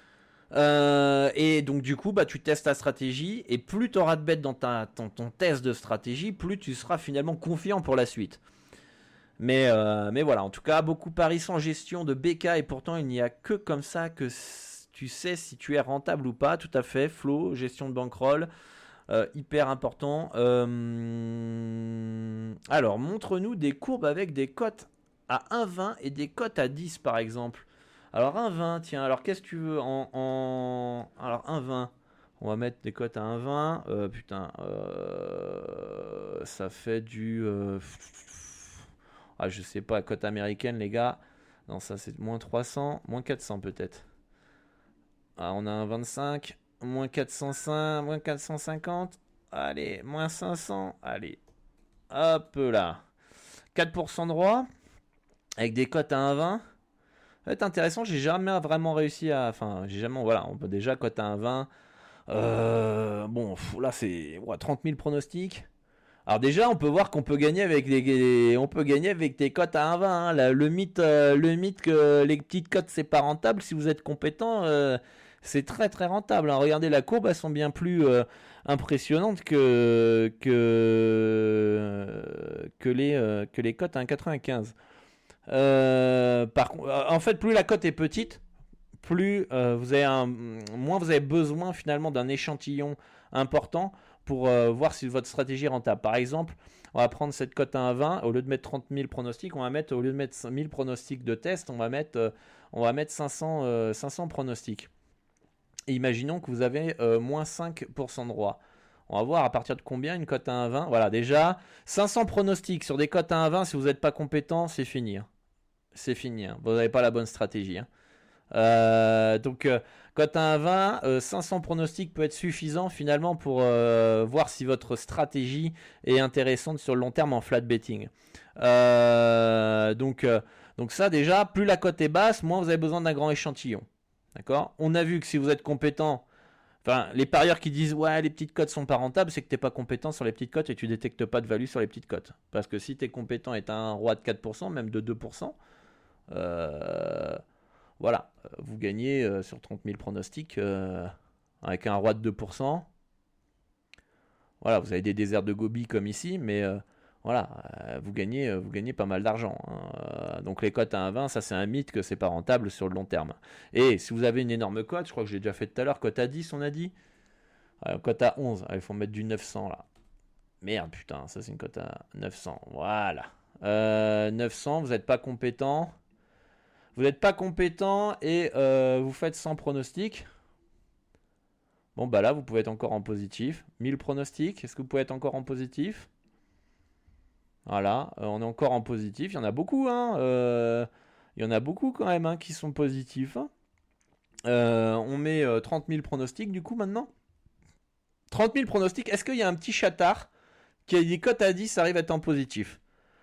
Euh, et donc du coup bah, tu testes ta stratégie et plus tu auras de bêtes dans ta, ton, ton test de stratégie, plus tu seras finalement confiant pour la suite. Mais, euh, mais voilà, en tout cas beaucoup parient sans gestion de B K et pourtant il n'y a que comme ça que tu sais si tu es rentable ou pas. Tout à fait, Flo, gestion de bankroll, euh, hyper important. euh... Alors montre-nous des courbes avec des cotes à un virgule vingt et des cotes à dix par exemple. Alors un virgule vingt, tiens, alors qu'est-ce que tu veux en, en... Alors un virgule vingt, on va mettre des cotes à un virgule vingt. Euh, putain, euh... ça fait du... Euh... Ah, je sais pas, cote américaine, les gars. Non, ça c'est moins trois cents, moins quatre cents peut-être. Ah, on a un vingt-cinq, moins quatre cent cinq, moins quatre cent cinquante. Allez, moins cinq cents. Allez, hop là. quatre pour cent droit, avec des cotes à un virgule vingt. C'est intéressant, j'ai jamais vraiment réussi à... Enfin, j'ai jamais... Voilà, on peut déjà cote à un virgule vingt. Euh, bon, là, c'est ouais, trente mille pronostics. Alors déjà, on peut voir qu'on peut gagner avec des, on peut gagner avec des cotes à un virgule vingt. Hein. Là, le mythe, euh, le mythe que les petites cotes c'est pas rentable. Si vous êtes compétent, euh, c'est très très rentable. Hein. Regardez la courbe, elles sont bien plus euh, impressionnantes que que euh, que les euh, que les cotes à un virgule quatre-vingt-quinze. Euh, par contre, en fait, plus la cote est petite, plus euh, vous avez un, moins vous avez besoin finalement d'un échantillon important pour euh, voir si votre stratégie est rentable. Par exemple, on va prendre cette cote à un virgule vingt, au lieu de mettre trente mille pronostics, on va mettre, au lieu de mettre mille pronostics de test, on va mettre, euh, on va mettre cinq cents, euh, cinq cents pronostics. Et imaginons que vous avez euh, moins cinq pour cent de droit. On va voir à partir de combien une cote à un virgule vingt. Voilà, déjà, cinq cents pronostics sur des cotes à un virgule vingt, si vous n'êtes pas compétent, c'est fini. Hein. C'est fini. Hein. Vous n'avez pas la bonne stratégie. Hein. Euh, donc, euh, cote à un virgule vingt, euh, cinq cents pronostics peut être suffisant finalement pour euh, voir si votre stratégie est intéressante sur le long terme en flat betting. Euh, donc, euh, donc ça déjà, plus la cote est basse, moins vous avez besoin d'un grand échantillon. D'accord ? On a vu que si vous êtes compétent, Enfin, les parieurs qui disent ouais les petites cotes sont pas rentables, c'est que t'es pas compétent sur les petites cotes et tu détectes pas de value sur les petites cotes. Parce que si t'es compétent et t'as un roi de quatre pour cent, même de deux pour cent, euh, voilà, vous gagnez euh, sur trente mille pronostics euh, avec un roi de deux pour cent. Voilà, vous avez des déserts de Gobi comme ici, mais euh, voilà, euh, vous gagnez, euh, vous gagnez pas mal d'argent. Hein. Euh, donc les cotes à un virgule vingt, ça c'est un mythe que c'est pas rentable sur le long terme. Et si vous avez une énorme cote, je crois que j'ai déjà fait tout à l'heure, cote à dix, on a dit. Euh, cote à onze, il faut mettre du neuf cents là. Merde, putain, ça c'est une cote à neuf cents. Voilà. Euh, neuf cents, vous n'êtes pas compétent. Vous n'êtes pas compétent et euh, vous faites cent pronostics. Bon, bah là, vous pouvez être encore en positif. mille pronostics, est-ce que vous pouvez être encore en positif? Voilà, euh, on est encore en positif. Il y en a beaucoup, hein. Euh, il y en a beaucoup quand même hein, qui sont positifs. Euh, on met euh, trente mille pronostics du coup maintenant. trente mille pronostics, est-ce qu'il y a un petit chatard qui a des cotes à dix arrive à être en positif?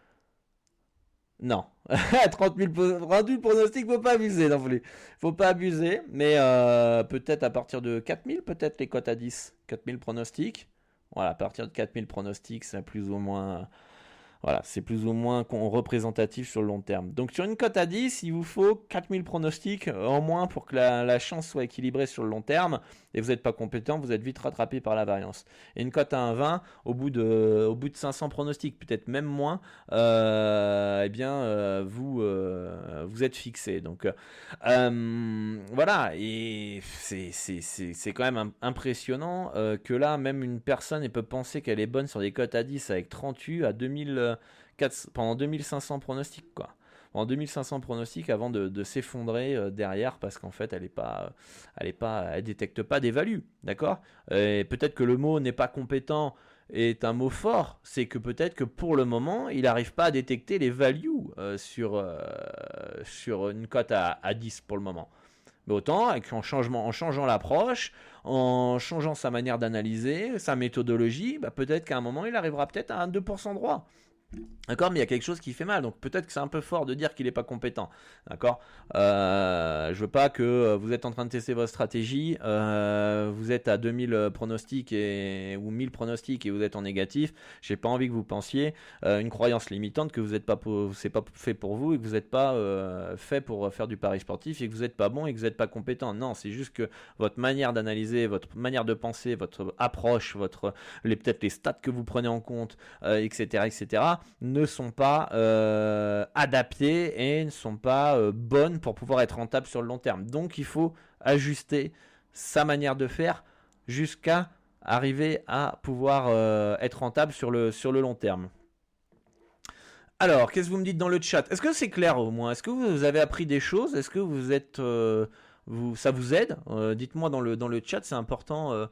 Non. trente mille pronostics, faut pas abuser non plus. Faut pas abuser, mais euh, peut-être à partir de quatre mille, peut-être les cotes à dix. quatre mille pronostics. Voilà, à partir de quatre mille pronostics, c'est plus ou moins... Voilà, c'est plus ou moins représentatif sur le long terme. Donc sur une cote à dix, il vous faut quatre mille pronostics en moins pour que la, la chance soit équilibrée sur le long terme. Et vous n'êtes pas compétent, vous êtes vite rattrapé par la variance. Et une cote à un virgule vingt, au bout de, au bout de cinq cents pronostics, peut-être même moins, euh, eh bien euh, vous, euh, vous êtes fixé. Donc euh, voilà, et c'est, c'est, c'est, c'est quand même impressionnant euh, que là, même une personne elle peut penser qu'elle est bonne sur des cotes à dix avec trente U à deux mille quatre, pendant deux mille cinq cents pronostics quoi. Pendant deux mille cinq cents pronostics avant de, de s'effondrer euh, derrière parce qu'en fait elle est pas, elle est pas, elle détecte pas des values, d'accord. Et peut-être que le mot n'est pas compétent est un mot fort, c'est que peut-être que pour le moment il n'arrive pas à détecter les values euh, sur euh, sur une cote à, à dix pour le moment. Mais autant avec en, changement, en changeant l'approche, en changeant sa manière d'analyser, sa méthodologie, bah peut-être qu'à un moment il arrivera peut-être à un deux pour cent droit. D'accord, mais il y a quelque chose qui fait mal, donc peut-être que c'est un peu fort de dire qu'il n'est pas compétent. D'accord, euh, je veux pas que vous êtes en train de tester votre stratégie, euh, vous êtes à deux mille pronostics et, ou mille pronostics et vous êtes en négatif. J'ai pas envie que vous pensiez euh, une croyance limitante que vous n'êtes pas, pour, c'est pas fait pour vous et que vous n'êtes pas euh, fait pour faire du pari sportif et que vous n'êtes pas bon et que vous n'êtes pas compétent. Non, c'est juste que votre manière d'analyser, votre manière de penser, votre approche, votre les peut-être les stats que vous prenez en compte, euh, et cetera, et cetera ne sont pas euh, adaptées et ne sont pas euh, bonnes pour pouvoir être rentables sur le long terme. Donc il faut ajuster sa manière de faire jusqu'à arriver à pouvoir euh, être rentable sur le, sur le long terme. Alors, qu'est-ce que vous me dites dans le chat? Est-ce que c'est clair au moins? Est-ce que vous avez appris des choses? Est-ce que vous êtes... Euh, vous, ça vous aide? euh, Dites-moi dans le, dans le chat, c'est important... Euh,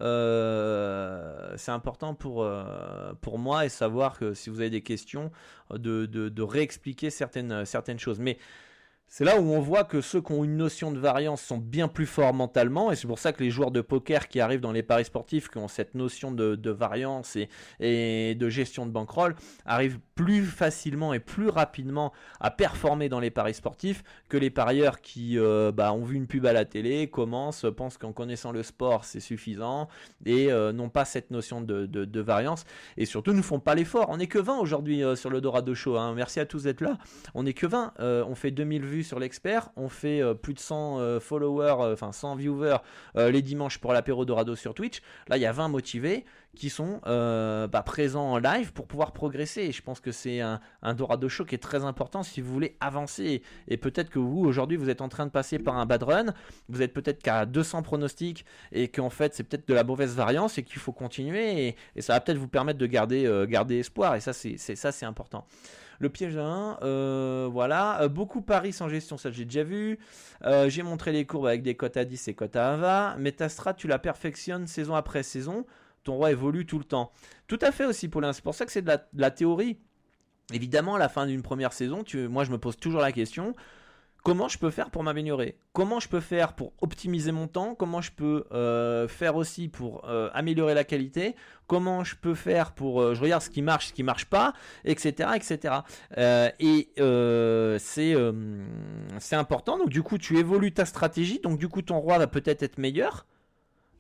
Euh, c'est important pour, euh, pour moi et savoir que si vous avez des questions de, de, de réexpliquer certaines, certaines choses. Mais c'est là où on voit que ceux qui ont une notion de variance sont bien plus forts mentalement et c'est pour ça que les joueurs de poker qui arrivent dans les paris sportifs qui ont cette notion de, de variance et, et de gestion de bankroll arrivent plus facilement et plus rapidement à performer dans les paris sportifs que les parieurs qui euh, bah, ont vu une pub à la télé, commencent, pensent qu'en connaissant le sport c'est suffisant et euh, n'ont pas cette notion de, de, de variance et surtout ne font pas l'effort. On n'est que vingt aujourd'hui euh, sur le Dorado Show, hein. Merci à tous d'être là. On n'est que vingt, euh, on fait deux mille vues sur l'expert, on fait euh, plus de cent euh, followers, enfin euh, cent viewers euh, les dimanches pour l'apéro Dorado sur Twitch. Là il y a vingt motivés qui sont euh, bah, présents en live pour pouvoir progresser et je pense que c'est un, un Dorado Show qui est très important si vous voulez avancer et peut-être que vous aujourd'hui vous êtes en train de passer par un bad run, vous êtes peut-être qu'à deux cents pronostics et qu'en fait c'est peut-être de la mauvaise variance et qu'il faut continuer et, et ça va peut-être vous permettre de garder, euh, garder espoir et ça c'est, c'est, ça, c'est important. Le piège à un, euh, voilà, euh, beaucoup paris sans gestion, ça j'ai déjà vu, euh, j'ai montré les courbes avec des cotes à dix et cotes à un vingt, mais ta strat tu la perfectionnes saison après saison, ton roi évolue tout le temps. Tout à fait aussi Paulin, c'est pour ça que c'est de la, de la théorie. Évidemment à la fin d'une première saison, tu, moi je me pose toujours la question, comment je peux faire pour m'améliorer? Comment je peux faire pour optimiser mon temps? Comment je peux euh, faire aussi pour euh, améliorer la qualité? Comment je peux faire pour... Euh, je regarde ce qui marche, ce qui marche pas, et cetera et cetera. Euh, et euh, c'est, euh, c'est important. Donc du coup, tu évolues ta stratégie. Donc du coup, ton roi va peut-être être meilleur.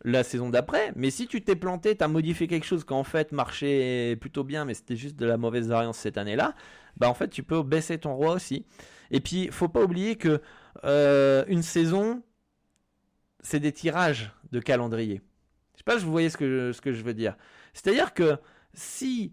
la saison d'après. Mais si tu t'es planté, tu as modifié quelque chose qui en fait marchait plutôt bien, mais c'était juste de la mauvaise variance cette année-là, bah en fait tu peux baisser ton roi aussi. Et puis faut pas oublier que euh, une saison, c'est des tirages de calendrier. Je sais pas si vous voyez ce que je, ce que je veux dire. C'est-à-dire que si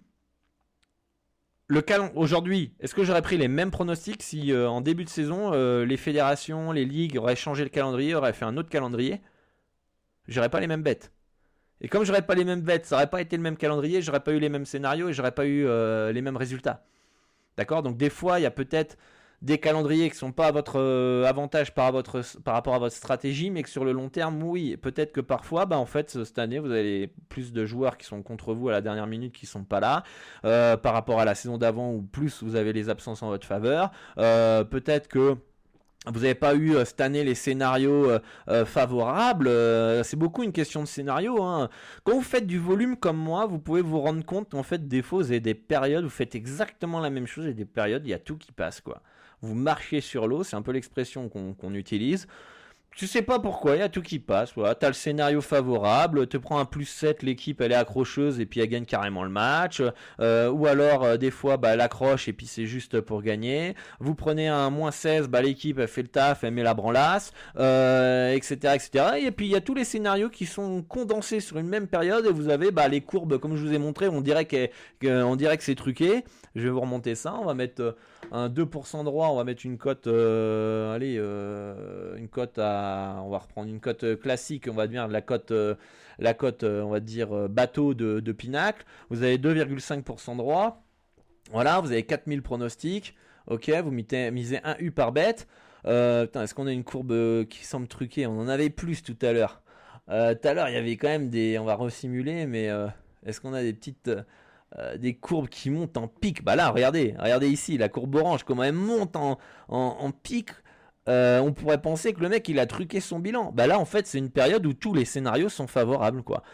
le cal- aujourd'hui, est-ce que j'aurais pris les mêmes pronostics si euh, en début de saison, euh, les fédérations, les ligues auraient changé le calendrier, auraient fait un autre calendrier? J'aurais pas les mêmes bêtes. Et comme j'aurais pas les mêmes bêtes, ça aurait pas été le même calendrier, j'aurais pas eu les mêmes scénarios et j'aurais pas eu euh, les mêmes résultats. D'accord? Donc des fois, il y a peut-être des calendriers qui sont pas à votre euh, avantage par, à votre, par rapport à votre stratégie, mais que sur le long terme, oui. Peut-être que parfois, bah, en fait, cette année, vous avez plus de joueurs qui sont contre vous à la dernière minute qui sont pas là, euh, par rapport à la saison d'avant où plus vous avez les absences en votre faveur. Euh, peut-être que vous n'avez pas eu euh, cette année les scénarios euh, euh, favorables. Euh, c'est beaucoup une question de scénario. Hein. Quand vous faites du volume comme moi, vous pouvez vous rendre compte qu'en fait, des fois, vous avez des périodes, vous faites exactement la même chose et des périodes, il y a tout qui passe, quoi. Vous marchez sur l'eau, c'est un peu l'expression qu'on, qu'on utilise. Tu sais pas pourquoi, il y a tout qui passe. Voilà. Tu as le scénario favorable, te prends un plus sept, l'équipe elle est accrocheuse et puis elle gagne carrément le match. Euh, ou alors euh, des fois bah, elle accroche et puis c'est juste pour gagner. Vous prenez un moins seize, bah, l'équipe elle fait le taf, elle met la branlasse, euh, et cetera, et cetera. Et puis il y a tous les scénarios qui sont condensés sur une même période et vous avez bah, les courbes comme je vous ai montré, on dirait, que, on dirait que c'est truqué. Je vais vous remonter ça, on va mettre un deux pour cent droit, on va mettre une cote, euh, allez, euh, une cote à, on va reprendre une cote classique, on va dire la cote, euh, la cote, euh, on va dire euh, bateau de, de Pinacle. Vous avez deux virgule cinq pour cent droit, voilà, vous avez quatre mille pronostics, ok, vous misez, misez un U par bête. Euh, putain, est-ce qu'on a une courbe qui semble truquée? On en avait plus tout à l'heure. Euh, tout à l'heure, il y avait quand même des, on va resimuler, mais euh, est-ce qu'on a des petites Euh, des courbes qui montent en pic? Bah là, regardez, regardez ici, la courbe orange, comment elle monte en, en, en pic. Euh, on pourrait penser que le mec, il a truqué son bilan. Bah là, en fait, c'est une période où tous les scénarios sont favorables, quoi.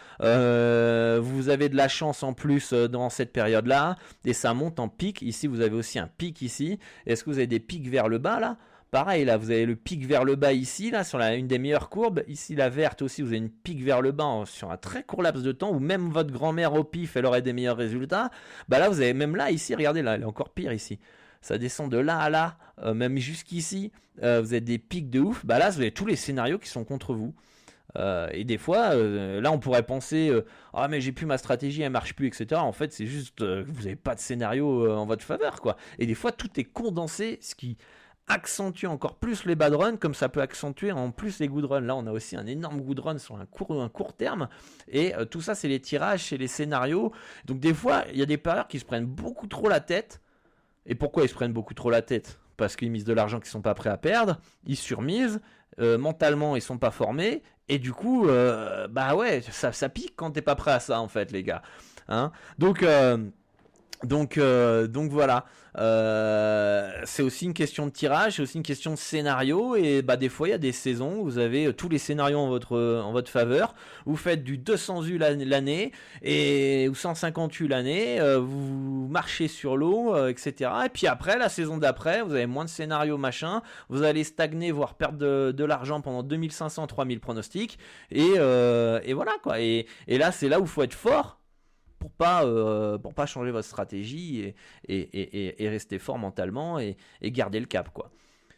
Euh, vous avez de la chance en plus dans cette période-là, et ça monte en pic. Ici, vous avez aussi un pic ici. Est-ce que vous avez des pics vers le bas, là? Pareil, là, vous avez le pic vers le bas ici, là, sur la, une des meilleures courbes. Ici, la verte aussi, vous avez une pic vers le bas en, sur un très court laps de temps, où même votre grand-mère au pif, elle aurait des meilleurs résultats. Bah là, vous avez même là, ici, regardez, là, elle est encore pire ici. Ça descend de là à là, euh, même jusqu'ici. Euh, vous avez des pics de ouf. Bah là, vous avez tous les scénarios qui sont contre vous. Euh, et des fois, euh, là, on pourrait penser euh, ah mais j'ai plus ma stratégie, elle marche plus, et cetera. En fait, c'est juste euh, que vous n'avez pas de scénario euh, en votre faveur, quoi. Et des fois, tout est condensé, ce qui accentue encore plus les bad runs, comme ça peut accentuer en plus les good runs. Là, on a aussi un énorme good run sur un court, un court terme. Et euh, tout ça, c'est les tirages, c'est les scénarios. Donc des fois, il y a des parieurs qui se prennent beaucoup trop la tête. Et pourquoi ils se prennent beaucoup trop la tête? Parce qu'ils misent de l'argent qu'ils sont pas prêts à perdre. Ils surmisent. Euh, mentalement, ils sont pas formés. Et du coup, euh, bah ouais, ça, ça pique quand t'es pas prêt à ça, en fait, les gars. Hein? Donc... Euh, Donc, euh, donc voilà, euh, c'est aussi une question de tirage, c'est aussi une question de scénario, et bah des fois il y a des saisons où vous avez tous les scénarios en votre en votre faveur, vous faites du deux cents U l'année et ou cent cinquante U l'année, euh, vous marchez sur l'eau, euh, et cetera. Et puis après la saison d'après, vous avez moins de scénarios machin, vous allez stagner voire perdre de, de l'argent pendant deux mille cinq cents, trois mille pronostics, et euh, et voilà quoi. Et et là c'est là où il faut être fort. Pour pas, euh, pour pas changer votre stratégie et, et, et, et rester fort mentalement et, et garder le cap, quoi.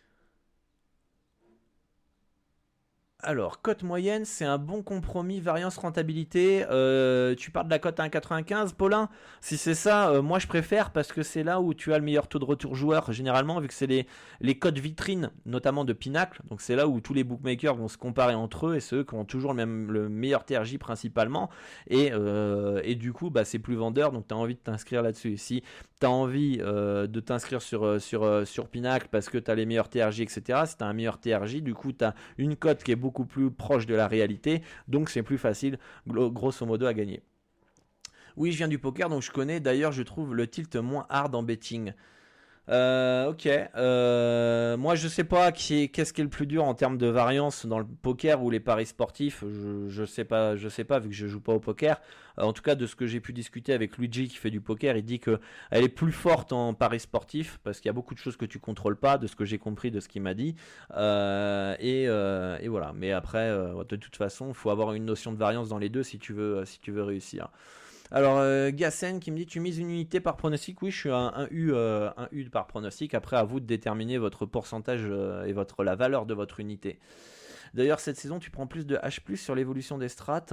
Alors, cote moyenne, c'est un bon compromis, variance rentabilité. Euh, tu parles de la cote à un virgule quatre-vingt-quinze, Paulin? Si c'est ça, euh, moi je préfère parce que c'est là où tu as le meilleur taux de retour joueur, généralement, vu que c'est les, les cotes vitrines, notamment de Pinacle. Donc c'est là où tous les bookmakers vont se comparer entre eux et c'est eux qui ont toujours le, même, le meilleur T R J principalement. Et, euh, et du coup, bah, c'est plus vendeur, donc tu as envie de t'inscrire là-dessus. Si tu as envie euh, de t'inscrire sur, sur, sur Pinacle parce que tu as les meilleurs T R J, et cetera, si tu as un meilleur T R J, du coup, tu as une cote qui est beaucoup beaucoup plus proche de la réalité, donc c'est plus facile grosso modo à gagner. Oui, je viens du poker, donc je connais. D'ailleurs, je trouve le tilt moins hard en betting. Euh, ok. Euh, moi, je sais pas qui est, qu'est-ce qui est le plus dur en termes de variance dans le poker ou les paris sportifs. Je, je sais pas, je sais pas vu que je joue pas au poker. Euh, en tout cas, de ce que j'ai pu discuter avec Luigi qui fait du poker, il dit que elle est plus forte en paris sportifs parce qu'il y a beaucoup de choses que tu contrôles pas, de ce que j'ai compris de ce qu'il m'a dit. Euh, et, euh, et voilà. Mais après, euh, de toute façon, il faut avoir une notion de variance dans les deux si tu veux, si tu veux réussir. Alors, euh, Gassen qui me dit tu mises une unité par pronostic. Oui, je suis un, un U, euh, un U par pronostic. Après, à vous de déterminer votre pourcentage euh, et votre, la valeur de votre unité. D'ailleurs, cette saison, tu prends plus de H plus sur l'évolution des strats.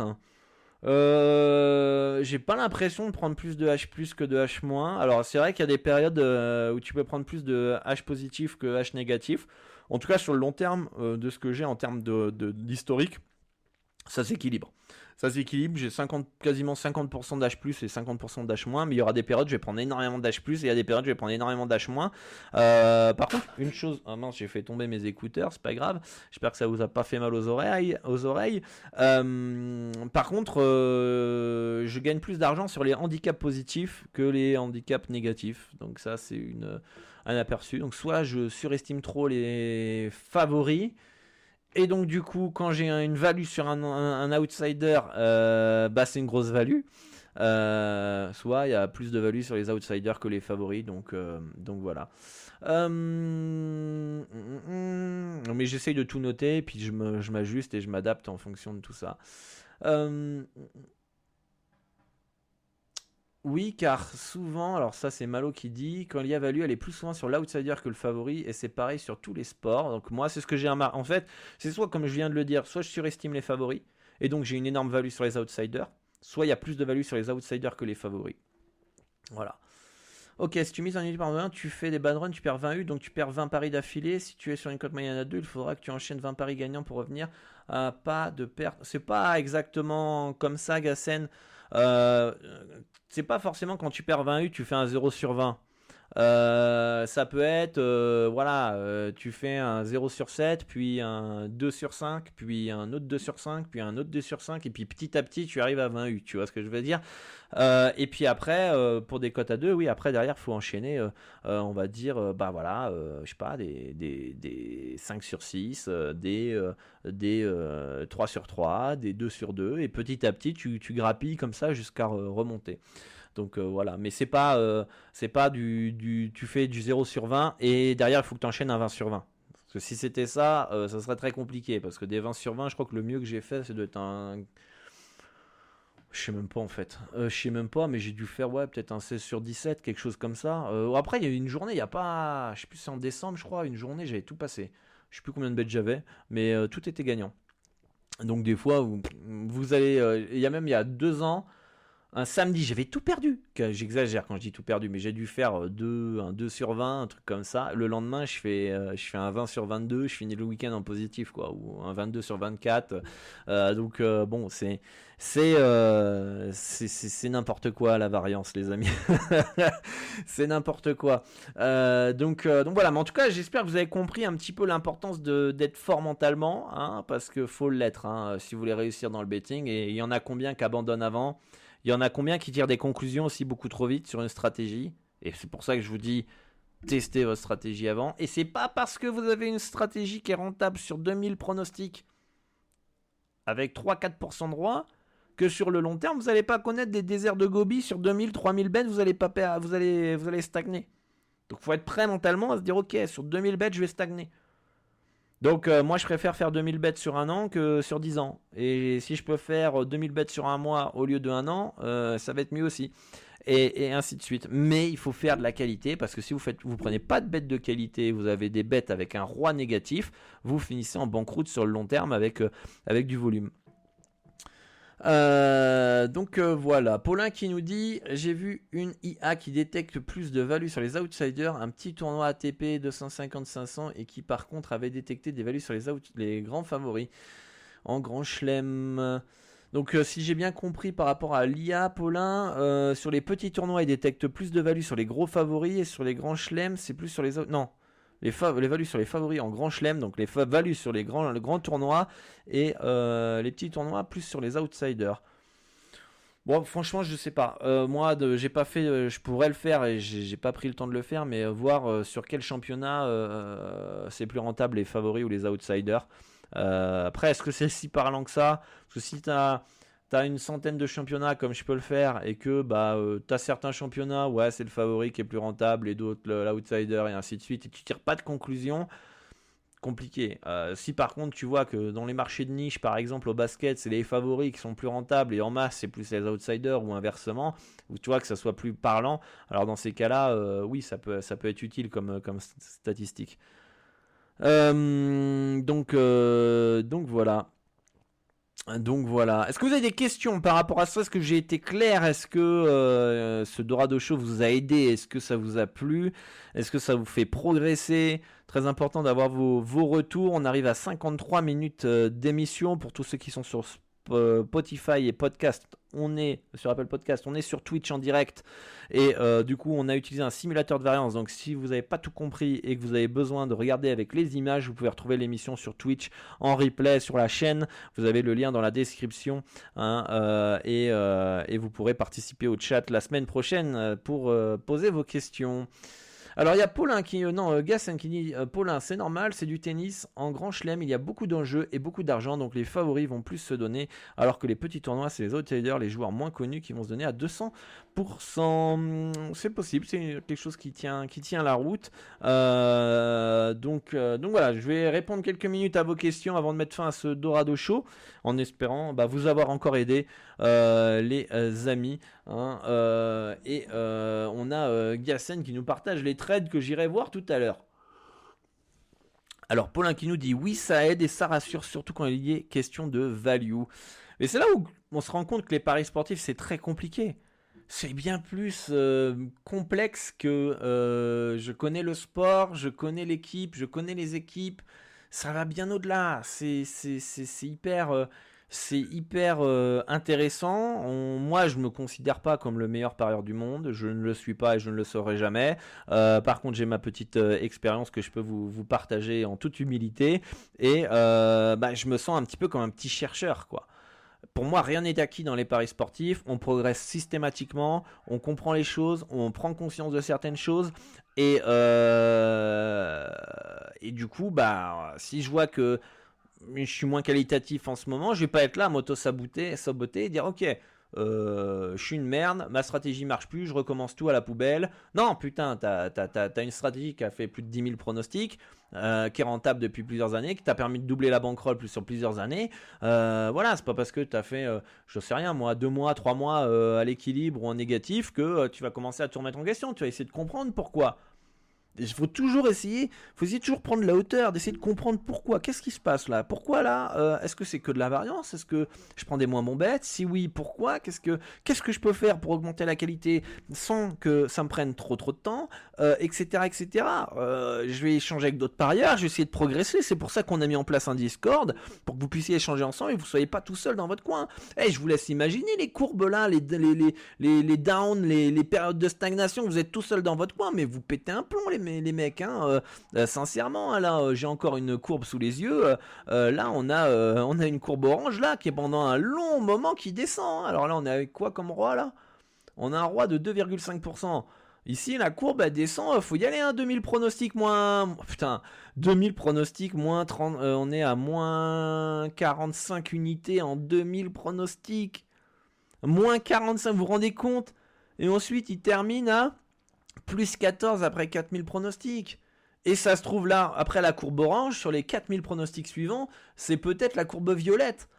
Euh, j'ai pas l'impression de prendre plus de H plus que de H moins. Alors, c'est vrai qu'il y a des périodes euh, où tu peux prendre plus de H positif que H négatif. En tout cas, sur le long terme, euh, de ce que j'ai en termes de, de, d'historique, ça s'équilibre. Ça s'équilibre, j'ai cinquante, quasiment cinquante pour cent d'H plus et cinquante pour cent d'H moins, mais il y aura des périodes où je vais prendre énormément d'H plus et il y a des périodes où je vais prendre énormément d'H moins. Euh, par contre, une chose, ah mince, j'ai fait tomber mes écouteurs, c'est pas grave, j'espère que ça vous a pas fait mal aux oreilles. Aux oreilles. Euh, par contre, euh, je gagne plus d'argent sur les handicaps positifs que les handicaps négatifs, donc ça c'est une, un aperçu. Donc soit je surestime trop les favoris, et donc du coup quand j'ai une value sur un, un, un outsider, euh, bah c'est une grosse value. Euh, soit il y a plus de value sur les outsiders que les favoris, donc, euh, donc voilà. Euh, mais j'essaye de tout noter, et puis je, me, je m'ajuste et je m'adapte en fonction de tout ça. Euh, Oui, car souvent, alors ça c'est Malo qui dit, quand il y a value, elle est plus souvent sur l'outsider que le favori, et c'est pareil sur tous les sports. Donc moi, c'est ce que j'ai remarqué. En fait, c'est soit, comme je viens de le dire, soit je surestime les favoris, et donc j'ai une énorme value sur les outsiders, soit il y a plus de value sur les outsiders que les favoris. Voilà. Ok, si tu mises un unité par un, tu fais des bad runs, tu perds vingt U, donc tu perds vingt paris d'affilée. Si tu es sur une cote moyenne à deux, il faudra que tu enchaînes vingt paris gagnants pour revenir à pas de perte. C'est pas exactement comme ça, Gassen. Euh, c'est pas forcément quand tu perds vingt U, tu fais un zéro sur vingt. Euh, ça peut être, euh, voilà, euh, tu fais un zéro sur sept, puis un deux sur cinq, puis un autre deux sur cinq, puis un autre deux sur cinq, et puis petit à petit, tu arrives à vingt U, tu vois ce que je veux dire. Euh, et puis après, euh, pour des cotes à deux, oui, après, derrière, il faut enchaîner, euh, euh, on va dire, euh, bah voilà, euh, je sais pas, des, des, des cinq sur six, euh, des, euh, des euh, trois sur trois, des deux sur deux, et petit à petit, tu, tu grappilles comme ça jusqu'à euh, remonter. Donc euh, voilà, mais c'est pas, euh, c'est pas du, du, tu fais du zéro sur vingt et derrière il faut que tu enchaînes un vingt sur vingt. Parce que si c'était ça, euh, ça serait très compliqué. Parce que des vingt sur vingt, je crois que le mieux que j'ai fait, c'est d'être un. Je sais même pas en fait. Euh, je sais même pas, mais j'ai dû faire ouais, peut-être un seize sur dix-sept, quelque chose comme ça. Euh, après, il y a eu une journée, il y a pas. Je sais plus, c'est en décembre, je crois, une journée, j'avais tout passé. Je sais plus combien de bêtes j'avais, mais euh, tout était gagnant. Donc des fois, vous, vous allez. Euh, il y a même il y a deux ans. Un samedi, j'avais tout perdu. J'exagère quand je dis tout perdu, mais j'ai dû faire deux, un deux sur vingt, un truc comme ça. Le lendemain, je fais, euh, je fais un vingt sur vingt-deux, je finis le week-end en positif, quoi, ou un vingt-deux sur vingt-quatre. Euh, donc, euh, bon, c'est, c'est, euh, c'est, c'est, c'est n'importe quoi la variance, les amis. C'est n'importe quoi. Euh, donc, euh, donc voilà, mais en tout cas, j'espère que vous avez compris un petit peu l'importance de, d'être fort mentalement, hein, parce que faut l'être, hein, si vous voulez réussir dans le betting. Et il y en a combien qui abandonnent avant? Il y en a combien qui tirent des conclusions aussi beaucoup trop vite sur une stratégie? Et c'est pour ça que je vous dis, testez votre stratégie avant. Et c'est pas parce que vous avez une stratégie qui est rentable sur deux mille pronostics avec trois à quatre pour cent de droit que sur le long terme, vous n'allez pas connaître des déserts de Gobi sur deux mille, trois mille bêtes, vous allez, pas, vous allez, vous allez stagner. Donc il faut être prêt mentalement à se dire, ok, sur deux mille bêtes, je vais stagner. Donc euh, moi je préfère faire deux mille bêtes sur un an que sur dix ans. Et si je peux faire deux mille bêtes sur un mois au lieu de un an, euh, ça va être mieux aussi. Et, et ainsi de suite. Mais il faut faire de la qualité, parce que si vous faites, vous prenez pas de bêtes de qualité, vous avez des bêtes avec un roi négatif, vous finissez en banqueroute sur le long terme avec, euh, avec du volume. Euh, donc euh, voilà, Paulin qui nous dit, j'ai vu une I A qui détecte plus de value sur les outsiders, un petit tournoi A T P deux cent cinquante cinq cents, et qui par contre avait détecté des values sur les, out- les grands favoris en grand chelem. Donc euh, si j'ai bien compris par rapport à l'I A, Paulin, euh, sur les petits tournois il détecte plus de value sur les gros favoris, et sur les grands chelems c'est plus sur les autres. Non. Les, fav- les values sur les favoris en grand chelem, donc les fa- values sur les grands, le grands tournois, et euh, les petits tournois plus sur les outsiders. Bon, franchement, je sais pas. Euh, moi, de, j'ai pas fait. euh, je pourrais le faire et j'ai, j'ai pas pris le temps de le faire, mais euh, voir euh, sur quel championnat euh, c'est plus rentable, les favoris ou les outsiders. Euh, après, est-ce que c'est si parlant que ça? Parce que si t'as t'as une centaine de championnats comme je peux le faire et que bah euh, t'as certains championnats, ouais, c'est le favori qui est plus rentable et d'autres le- l'outsider et ainsi de suite, et tu tires pas de conclusion. Compliqué. Euh, si par contre tu vois que dans les marchés de niche, par exemple au basket, c'est les favoris qui sont plus rentables et en masse c'est plus les outsiders ou inversement, ou tu vois que ça soit plus parlant, alors dans ces cas-là, euh, oui, ça peut, ça peut être utile comme, comme statistique. Euh, donc, euh, donc voilà. Donc voilà. Est-ce que vous avez des questions par rapport à ça? Est-ce que j'ai été clair? Est-ce que euh, ce Dorado Show vous a aidé? Est-ce que ça vous a plu? Est-ce que ça vous fait progresser? Très important d'avoir vos, vos retours. On arrive à cinquante-trois minutes euh, d'émission pour tous ceux qui sont sur euh, Spotify et podcast. On est sur Apple Podcast, on est sur Twitch en direct et euh, du coup on a utilisé un simulateur de variance. Donc si vous n'avez pas tout compris et que vous avez besoin de regarder avec les images, vous pouvez retrouver l'émission sur Twitch en replay sur la chaîne. Vous avez le lien dans la description, hein, euh, et, euh, et vous pourrez participer au chat la semaine prochaine pour euh, poser vos questions. Alors il y a Paulin qui, euh, non, euh, Gassen qui dit euh, Paulin, c'est normal, c'est du tennis. En grand chelem, il y a beaucoup d'enjeux et beaucoup d'argent, donc les favoris vont plus se donner, alors que les petits tournois, c'est les outsiders, les joueurs moins connus qui vont se donner à deux cents pour cent. C'est possible, c'est quelque chose qui tient, qui tient la route. Euh, donc, euh, donc voilà, je vais répondre quelques minutes à vos questions avant de mettre fin à ce Dorado Show, en espérant bah, vous avoir encore aidé, euh, les euh, amis. Hein, euh, et euh, on a euh, Gassen qui nous partage les trades que j'irai voir tout à l'heure. Alors Paulin qui nous dit oui, ça aide et ça rassure, surtout quand il y est question de value. Et c'est là où on se rend compte que les paris sportifs c'est très compliqué. C'est bien plus euh, complexe que euh, je connais le sport, je connais l'équipe, je connais les équipes. Ça va bien au-delà. C'est, c'est, c'est, c'est hyper... Euh, c'est hyper euh, intéressant. On, moi, je me considère pas comme le meilleur parieur du monde. Je ne le suis pas et je ne le serai jamais. Euh, par contre, j'ai ma petite euh, expérience que je peux vous, vous partager en toute humilité. Et euh, bah, je me sens un petit peu comme un petit chercheur, quoi. Pour moi, rien n'est acquis dans les paris sportifs. On progresse systématiquement, on comprend les choses, on prend conscience de certaines choses. Et, euh, et du coup, bah, si je vois que je suis moins qualitatif en ce moment, je vais pas être là à m'auto-saboter saboter et dire ok, euh, je suis une merde, ma stratégie marche plus, je recommence tout à la poubelle. Non, putain, t'as, t'as, t'as, t'as une stratégie qui a fait plus de dix mille pronostics, euh, qui est rentable depuis plusieurs années, qui t'a permis de doubler la bankroll plus sur plusieurs années. Euh, voilà, c'est pas parce que t'as fait, euh, je sais rien, moi, deux mois, trois mois euh, à l'équilibre ou en négatif que euh, tu vas commencer à tout remettre en question. Tu vas essayer de comprendre pourquoi. Il faut toujours essayer, faut essayer de toujours prendre la hauteur, d'essayer de comprendre pourquoi, qu'est-ce qui se passe là, pourquoi là, euh, est-ce que c'est que de la variance, est-ce que je prends des moins bons bêtes, si oui, pourquoi, qu'est-ce que, qu'est-ce que je peux faire pour augmenter la qualité sans que ça me prenne trop trop de temps, euh, et cetera, et cetera. Euh, je vais échanger avec d'autres parieurs, je vais essayer de progresser, c'est pour ça qu'on a mis en place un Discord, pour que vous puissiez échanger ensemble et que vous soyez pas tout seul dans votre coin. Eh, hey, je vous laisse imaginer les courbes là, les, les, les, les, les downs, les, les périodes de stagnation, vous êtes tout seul dans votre coin, mais vous pétez un plomb les les mecs, hein, euh, euh, sincèrement, hein, là, euh, j'ai encore une courbe sous les yeux. Euh, euh, là, on a, euh, on a une courbe orange là qui est pendant un long moment qui descend. Hein. Alors là, on est avec quoi comme roi là? On a un roi de deux virgule cinq pour cent. Ici, la courbe elle descend. Faut y aller. Hein, deux mille pronostics moins. Putain, deux mille pronostics moins trente. Euh, on est à moins quarante-cinq unités en deux mille pronostics. Moins quarante-cinq. Vous vous rendez compte? Et ensuite, il termine à plus quatorze après quatre mille pronostics. Et ça se trouve là, après la courbe orange, sur les quatre mille pronostics suivants, c'est peut-être la courbe violette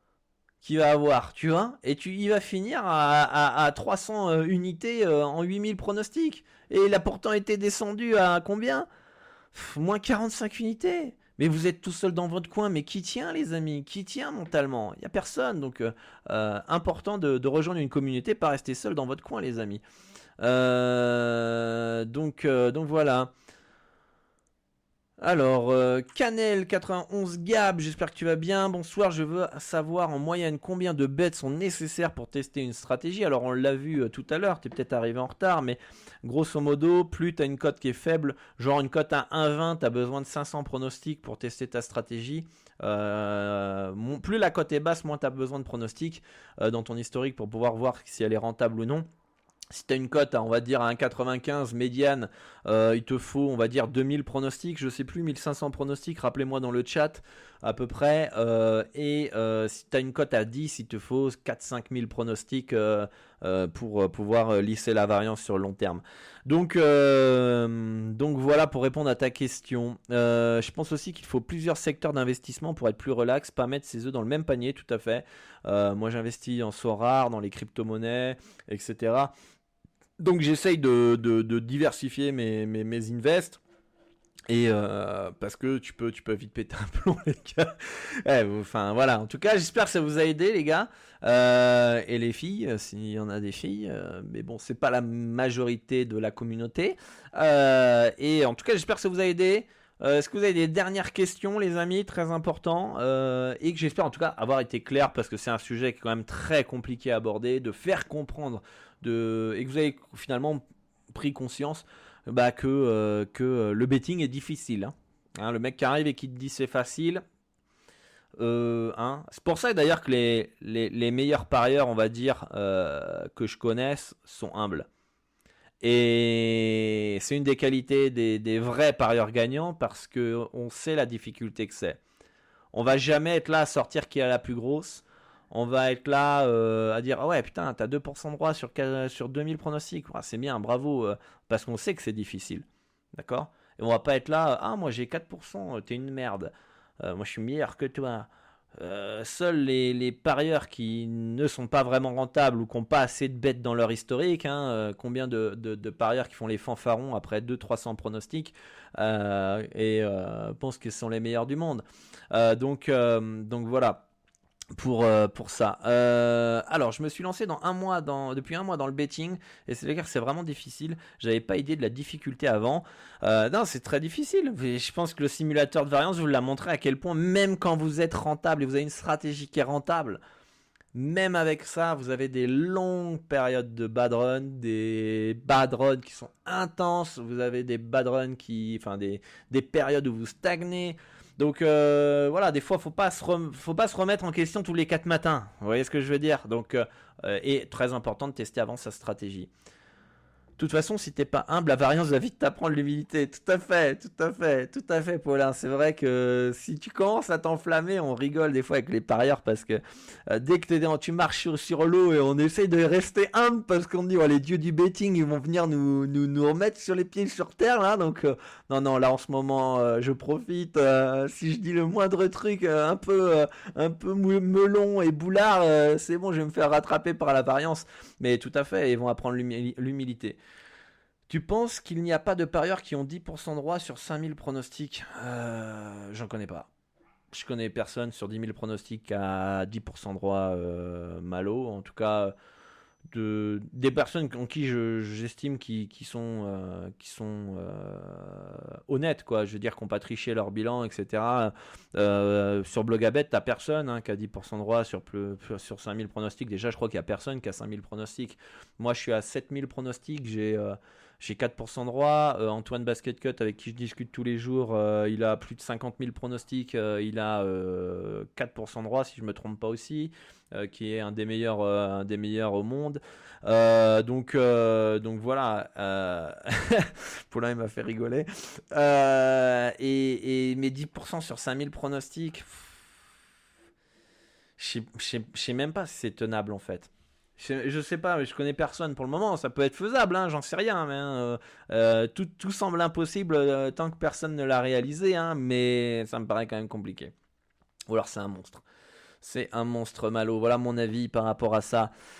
qu'il va avoir, tu vois. Et tu, il va finir à, à, à trois cents euh, unités euh, en huit mille pronostics. Et il a pourtant été descendu à combien? Pff, moins quarante-cinq unités. Mais vous êtes tout seul dans votre coin, mais qui tient les amis? Qui tient mentalement? Il n'y a personne, donc euh, euh, important de, de rejoindre une communauté, pas rester seul dans votre coin les amis. Euh, donc, euh, donc voilà. Alors, euh, Canel quatre-vingt-onze Gab, j'espère que tu vas bien. Bonsoir, je veux savoir en moyenne combien de bêtes sont nécessaires pour tester une stratégie. Alors, on l'a vu euh, tout à l'heure, tu es peut-être arrivé en retard, mais grosso modo, plus tu as une cote qui est faible, genre une cote à un virgule vingt, tu as besoin de cinq cents pronostics pour tester ta stratégie. Euh, mon, plus la cote est basse, moins tu as besoin de pronostics euh, dans ton historique pour pouvoir voir si elle est rentable ou non. Si tu as une cote, on va dire à un virgule quatre-vingt-quinze médiane, euh, il te faut, on va dire, deux mille pronostics, je sais plus, mille cinq cents pronostics, rappelez-moi dans le chat, à peu près. Euh, et euh, si tu as une cote à dix, il te faut quatre à cinq mille pronostics euh, euh, pour euh, pouvoir euh, lisser la variance sur le long terme. Donc, euh, donc voilà pour répondre à ta question. Euh, je pense aussi qu'il faut plusieurs secteurs d'investissement pour être plus relax, pas mettre ses œufs dans le même panier, tout à fait. Euh, moi, j'investis en sous rares, dans les crypto-monnaies, et cetera. Donc j'essaye de, de, de diversifier mes, mes, mes invests. Et euh, parce que tu peux, tu peux vite péter un plomb, les gars. Ouais, enfin voilà, en tout cas j'espère que ça vous a aidé, les gars. Euh, et les filles, s'il y en a des filles. Euh, mais bon, c'est pas la majorité de la communauté. Euh, et en tout cas j'espère que ça vous a aidé. Euh, Est-ce que vous avez des dernières questions, les amis, très important, euh, et que j'espère en tout cas avoir été clair, parce que c'est un sujet qui est quand même très compliqué à aborder, de faire comprendre, de, et que vous avez finalement pris conscience bah, que, euh, que le betting est difficile. Hein. Hein, le mec qui arrive et qui te dit c'est facile. Euh, hein. C'est pour ça d'ailleurs que les, les, les meilleurs parieurs, on va dire, euh, que je connaisse, sont humbles. Et c'est une des qualités des, des vrais parieurs gagnants, parce qu'on sait la difficulté que c'est. On va jamais être là à sortir qui est la plus grosse. On va être là euh, à dire ah ouais putain t'as deux pour cent de droit sur, sur deux mille pronostics. Ouais, c'est bien, bravo. Euh, parce qu'on sait que c'est difficile. D'accord. Et on va pas être là ah moi j'ai quatre pour cent, t'es une merde. Euh, moi je suis meilleur que toi. Euh, seuls les, les parieurs qui ne sont pas vraiment rentables ou qui n'ont pas assez de bêtes dans leur historique, hein, euh, combien de, de, de parieurs qui font les fanfarons après deux à trois cents pronostics euh, et euh, pensent qu'ils sont les meilleurs du monde. Euh, donc, euh, donc voilà. Pour, euh, pour ça. Euh, alors, je me suis lancé dans un mois dans, depuis un mois dans le betting, et c'est clair que c'est vraiment difficile. J'avais pas idée de la difficulté avant. Euh, non, c'est très difficile. Je pense que le simulateur de variance vous l'a montré à quel point, même quand vous êtes rentable et vous avez une stratégie qui est rentable, même avec ça, vous avez des longues périodes de bad run, des bad runs qui sont intenses. Vous avez des bad runs qui, enfin des, des périodes où vous stagnez. Donc euh, voilà, des fois faut pas se rem- faut pas se remettre en question tous les quatre matins. Vous voyez ce que je veux dire? Donc euh, et très important de tester avant sa stratégie. De toute façon, si t'es pas humble, la variance va vite t'apprendre l'humilité. Tout à fait, tout à fait, tout à fait, Paulin. C'est vrai que si tu commences à t'enflammer, on rigole des fois avec les parieurs parce que euh, dès que t'es dans, tu marches sur, sur l'eau et on essaye de rester humble parce qu'on dit oh, les dieux du betting ils vont venir nous, nous, nous remettre sur les pieds sur terre là. Donc euh, non non là en ce moment euh, je profite. Euh, si je dis le moindre truc euh, un peu euh, un peu melon et boulard, euh, c'est bon, je vais me faire rattraper par la variance. Mais tout à fait, ils vont apprendre l'humil- l'humilité. Tu penses qu'il n'y a pas de parieurs qui ont dix pour cent de droit sur cinq mille pronostics? euh, J'en connais pas. Je connais personne sur dix mille pronostics à dix pour cent de droit euh, malo. En tout cas, de, des personnes en qui je, j'estime qui, qui sont, euh, qui sont euh, honnêtes, quoi. Je veux dire, qui n'ont pas triché leur bilan, et cetera. Euh, sur Blogabet, t'as personne hein, qui a dix pour cent de droit sur, sur cinq mille pronostics. Déjà, je crois qu'il n'y a personne qui a cinq mille pronostics. Moi, je suis à sept mille pronostics. J'ai... Euh, J'ai quatre pour cent de droit. Euh, Antoine Basket Cut, avec qui je discute tous les jours, euh, il a plus de cinquante mille pronostics. Euh, il a euh, quatre pour cent de droit, si je ne me trompe pas aussi, euh, qui est un des meilleurs, euh, un des meilleurs au monde. Euh, donc, euh, donc voilà. Euh... Paulin, il m'a fait rigoler. Euh, et, et mes dix pour cent sur cinq mille pronostics, je ne sais même pas si c'est tenable en fait. Je, je sais pas, mais je connais personne pour le moment. Ça peut être faisable, hein, j'en sais rien. Mais, hein, euh, tout, tout semble impossible euh, tant que personne ne l'a réalisé, hein, mais ça me paraît quand même compliqué. Ou alors c'est un monstre. C'est un monstre malo. Voilà mon avis par rapport à ça.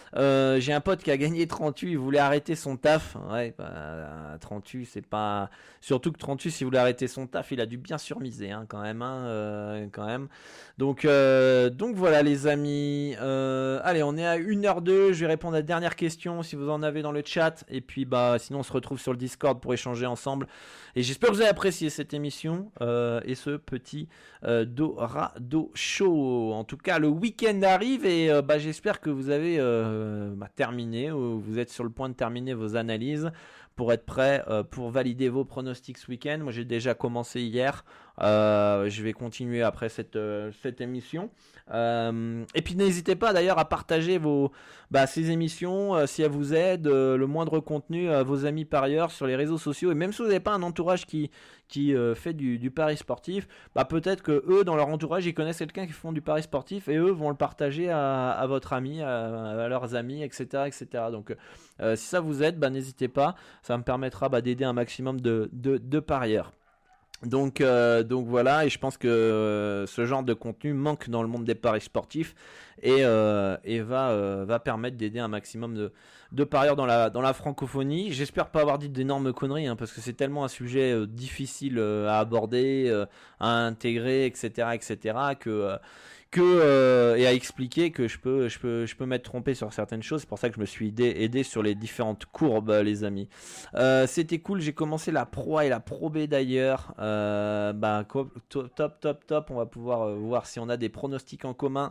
Euh, j'ai un pote qui a gagné trente-huit, il voulait arrêter son taf. Ouais, bah, trente-huit, c'est pas. Surtout que trente-huit, s'il voulait arrêter son taf, il a dû bien surmiser, hein, quand même. Hein, euh, quand même. Donc, euh, donc voilà, les amis. Euh, allez, on est à une heure deux. Je vais répondre à la dernière question si vous en avez dans le chat. Et puis, bah, sinon, on se retrouve sur le Discord pour échanger ensemble. Et j'espère que vous avez apprécié cette émission euh, et ce petit euh, Dorado Show. En tout cas, le week-end arrive et euh, bah, j'espère que vous avez euh, bah, terminé ou vous êtes sur le point de terminer vos analyses pour être prêt euh, pour valider vos pronostics ce week-end. Moi, j'ai déjà commencé hier. Euh, je vais continuer après cette, euh, cette émission. Euh, et puis n'hésitez pas d'ailleurs à partager vos, bah, ces émissions euh, si elles vous aident, euh, le moindre contenu à vos amis parieurs sur les réseaux sociaux. Et même si vous n'avez pas un entourage qui, qui euh, fait du, du pari sportif, bah, peut-être que eux dans leur entourage ils connaissent quelqu'un qui font du pari sportif et eux vont le partager à, à votre ami, à, à leurs amis, et cetera, et cetera. Donc euh, si ça vous aide, bah, n'hésitez pas. Ça me permettra bah, d'aider un maximum de, de, de parieurs. Donc, euh, donc voilà, et je pense que euh, ce genre de contenu manque dans le monde des paris sportifs et, euh, et va, euh, va permettre d'aider un maximum de, de parieurs dans la, dans la francophonie. J'espère pas avoir dit d'énormes conneries, hein, parce que c'est tellement un sujet euh, difficile euh, à aborder, euh, à intégrer, et cetera, et cetera, que... Euh, que euh, et à expliquer que je peux je peux je peux m'être trompé sur certaines choses. C'est pour ça que je me suis aidé, aidé sur les différentes courbes, les amis. Euh, c'était cool, j'ai commencé la Pro A et la Pro B d'ailleurs. Euh, bah top top top, on va pouvoir euh, voir si on a des pronostics en commun.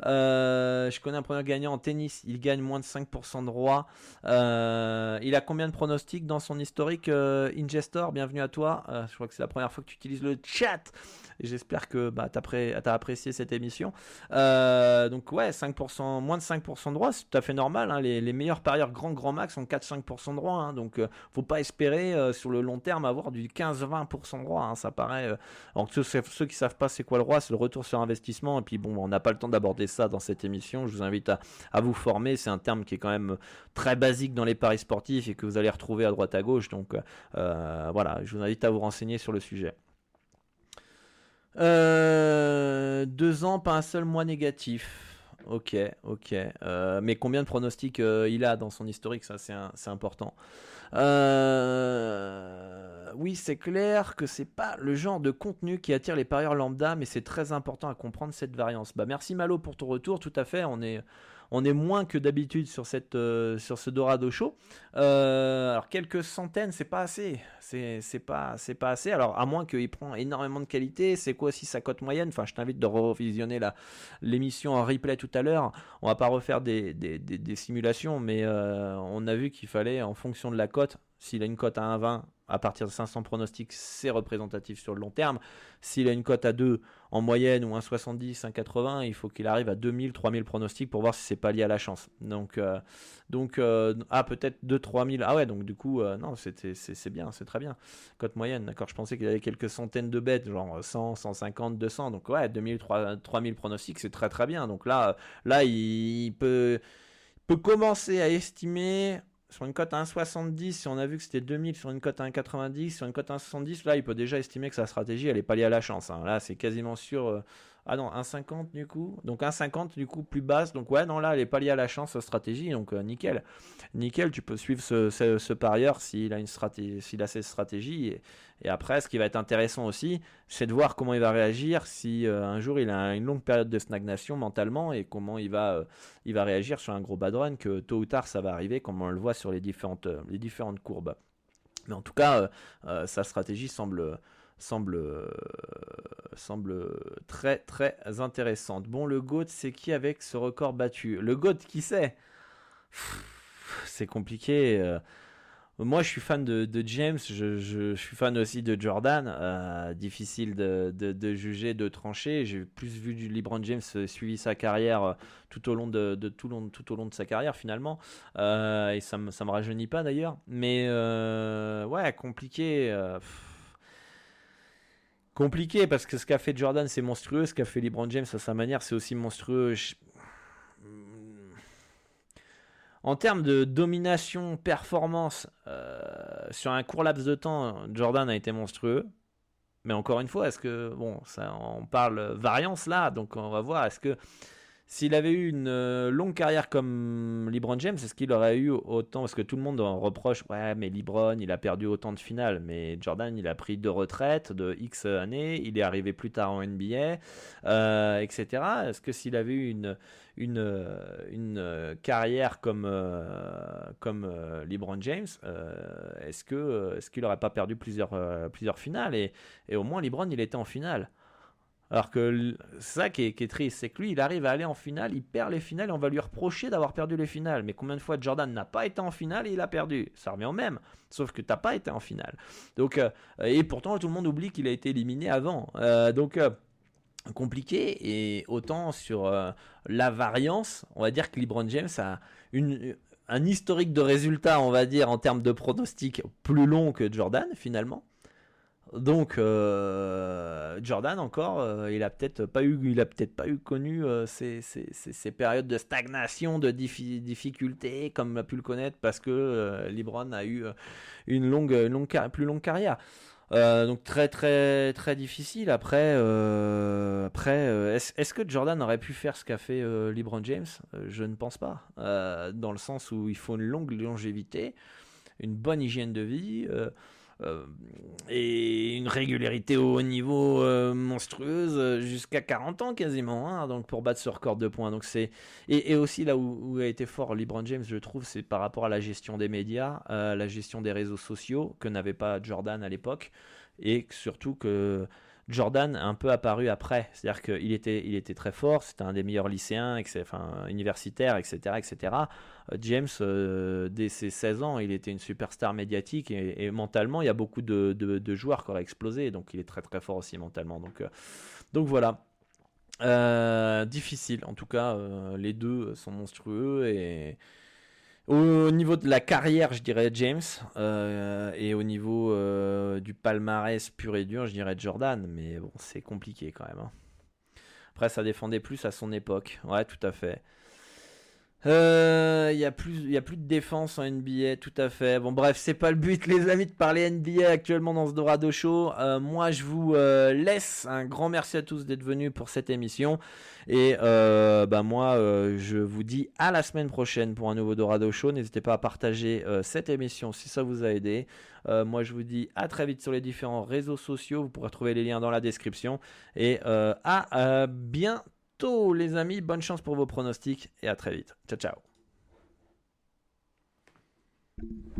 Euh, je connais un preneur gagnant en tennis, il gagne moins de cinq pour cent de droits. Euh, il a combien de pronostics dans son historique, euh, Ingestor? Bienvenue à toi. Euh, je crois que c'est la première fois que tu utilises le chat. J'espère que bah, tu as apprécié cette émission. Euh, donc ouais, cinq pour cent, moins de cinq pour cent de droits, c'est tout à fait normal. Hein. Les, les meilleurs parieurs grand grand max ont quatre à cinq pour cent de droits. Hein. Donc euh, faut pas espérer euh, sur le long terme avoir du quinze à vingt pour cent de droits. Hein. Ça paraît... Euh... Alors, ceux, ceux qui savent pas c'est quoi le droit, c'est le retour sur investissement. Et puis bon, on n'a pas le temps d'aborder ça dans cette émission. Je vous invite à, à vous former. C'est un terme qui est quand même très basique dans les paris sportifs et que vous allez retrouver à droite à gauche. Donc euh, voilà, je vous invite à vous renseigner sur le sujet. Euh, deux ans, pas un seul mois négatif. Ok, ok. Euh, mais combien de pronostics euh, il a dans son historique, ça c'est, un, c'est important. Euh, oui, c'est clair que c'est pas le genre de contenu qui attire les parieurs lambda, mais c'est très important à comprendre cette variance. Bah merci Malo pour ton retour, tout à fait. On est On est moins que d'habitude sur, cette, euh, sur ce Dorado Show. Euh, alors quelques centaines, c'est pas assez. C'est, c'est, pas, c'est pas assez. Alors à moins qu'il prend énormément de qualité. C'est quoi aussi sa cote moyenne? Enfin, je t'invite de revisionner la, l'émission en replay tout à l'heure. On va pas refaire des, des, des, des simulations, mais euh, on a vu qu'il fallait, en fonction de la cote, s'il a une cote à un virgule vingt, à partir de cinq cents pronostics, c'est représentatif sur le long terme. S'il a une cote à deux en moyenne ou un virgule soixante-dix, un virgule quatre-vingts, il faut qu'il arrive à deux mille, trois mille pronostics pour voir si c'est pas lié à la chance. Donc, euh, donc euh, ah, peut-être deux à trois mille. Ah ouais, donc du coup, euh, non, c'est, c'est, c'est bien, c'est très bien. Cote moyenne, d'accord. Je pensais qu'il y avait quelques centaines de bêtes, genre cent, cent cinquante, deux cents. Donc ouais, deux mille, trois mille pronostics, c'est très très bien. Donc là, là il peut, il peut commencer à estimer... Sur une cote à un virgule soixante-dix, si on a vu que c'était deux mille, sur une cote à un virgule quatre-vingt-dix, sur une cote à un virgule soixante-dix, là, il peut déjà estimer que sa stratégie, elle n'est pas liée à la chance. Hein. Là, c'est quasiment sûr. Euh... Ah non, un virgule cinquante du coup. Donc un virgule cinquante du coup plus basse. Donc ouais, non, là, elle n'est pas liée à la chance, sa stratégie. Donc euh, nickel. Nickel, tu peux suivre ce, ce, ce parieur s'il a, une stratégie, s'il a cette stratégie. Et, et après, ce qui va être intéressant aussi, c'est de voir comment il va réagir si euh, un jour il a une longue période de stagnation mentalement et comment il va, euh, il va réagir sur un gros bad run, que tôt ou tard ça va arriver, comme on le voit sur les différentes, euh, les différentes courbes. Mais en tout cas, euh, euh, sa stratégie semble... semble euh, semble très très intéressante. Bon, le GOAT, c'est qui avec ce record battu? Le GOAT, qui c'est? C'est compliqué. Euh, moi, je suis fan de, de James, je, je, je suis fan aussi de Jordan. Euh, difficile de, de, de juger, de trancher. J'ai plus vu du LeBron James suivi sa carrière tout au long de, de tout, long, tout au long de sa carrière finalement. Euh, et ça me ça me rajeunit pas d'ailleurs. Mais euh, ouais, compliqué. Euh, Compliqué parce que ce qu'a fait Jordan c'est monstrueux, ce qu'a fait LeBron James à sa manière c'est aussi monstrueux. Je... En termes de domination, performance, euh, sur un court laps de temps, Jordan a été monstrueux. Mais encore une fois, est-ce que, bon, ça, on parle variance là, donc on va voir, est-ce que s'il avait eu une euh, longue carrière comme LeBron James, est-ce qu'il aurait eu autant, parce que tout le monde en reproche, ouais mais LeBron il a perdu autant de finales, mais Jordan il a pris deux retraites de X années, il est arrivé plus tard en N B A, euh, et cetera. Est-ce que s'il avait eu une, une, une carrière comme, euh, comme euh, LeBron James, euh, est-ce, que, est-ce qu'il n'aurait pas perdu plusieurs, euh, plusieurs finales, et, et au moins LeBron il était en finale. Alors que c'est ça qui est, qui est triste, c'est que lui, il arrive à aller en finale, il perd les finales et on va lui reprocher d'avoir perdu les finales. Mais combien de fois Jordan n'a pas été en finale et il a perdu? Ça revient au même, sauf que tu n'as pas été en finale. Donc, euh, et pourtant, tout le monde oublie qu'il a été éliminé avant. Euh, donc, euh, compliqué. Et autant sur euh, la variance, on va dire que LeBron James a une, un historique de résultats, on va dire, en termes de pronostics plus long que Jordan, finalement. Donc euh, Jordan encore, euh, il a peut-être pas eu, il a peut-être pas eu connu euh, ces, ces, ces, ces périodes de stagnation, de diffi- difficulté comme a pu le connaître parce que euh, LeBron a eu une longue, une longue plus longue carrière. Euh, donc très très très difficile. Après, euh, après, euh, est-ce, est-ce que Jordan aurait pu faire ce qu'a fait euh, LeBron James? euh, Je ne pense pas. Euh, dans le sens où il faut une longue longévité, une bonne hygiène de vie. Euh, Euh, et une régularité au haut niveau euh, monstrueuse jusqu'à quarante ans quasiment, hein, donc pour battre ce record de points. Donc c'est et, et aussi là où, où a été fort LeBron James, je trouve, c'est par rapport à la gestion des médias, euh, la gestion des réseaux sociaux que n'avait pas Jordan à l'époque, et surtout que Jordan a un peu apparu après, c'est-à-dire qu'il était, il était très fort, c'était un des meilleurs lycéens, enfin, universitaires, et cetera, et cetera. James, euh, dès ses seize ans, il était une superstar médiatique et, et mentalement, il y a beaucoup de, de, de joueurs qui auraient explosé, donc il est très très fort aussi mentalement. Donc, euh, donc voilà. Euh, difficile, en tout cas, euh, les deux sont monstrueux et au niveau de la carrière, je dirais James, euh, et au niveau euh, du palmarès pur et dur, je dirais Jordan, mais bon, c'est compliqué quand même. Hein. Après, ça défendait plus à son époque, ouais, tout à fait. Il euh, y a plus, il y a plus de défense en N B A, tout à fait. Bon, bref, c'est pas le but, les amis, de parler N B A actuellement dans ce Dorado Show. Euh, moi, je vous euh, laisse. Un grand merci à tous d'être venus pour cette émission. Et euh, bah moi, euh, je vous dis à la semaine prochaine pour un nouveau Dorado Show. N'hésitez pas à partager euh, cette émission si ça vous a aidé. Euh, moi, je vous dis à très vite sur les différents réseaux sociaux. Vous pourrez trouver les liens dans la description. Et euh, à euh, bientôt. Les amis, bonne chance pour vos pronostics et à très vite. Ciao, ciao.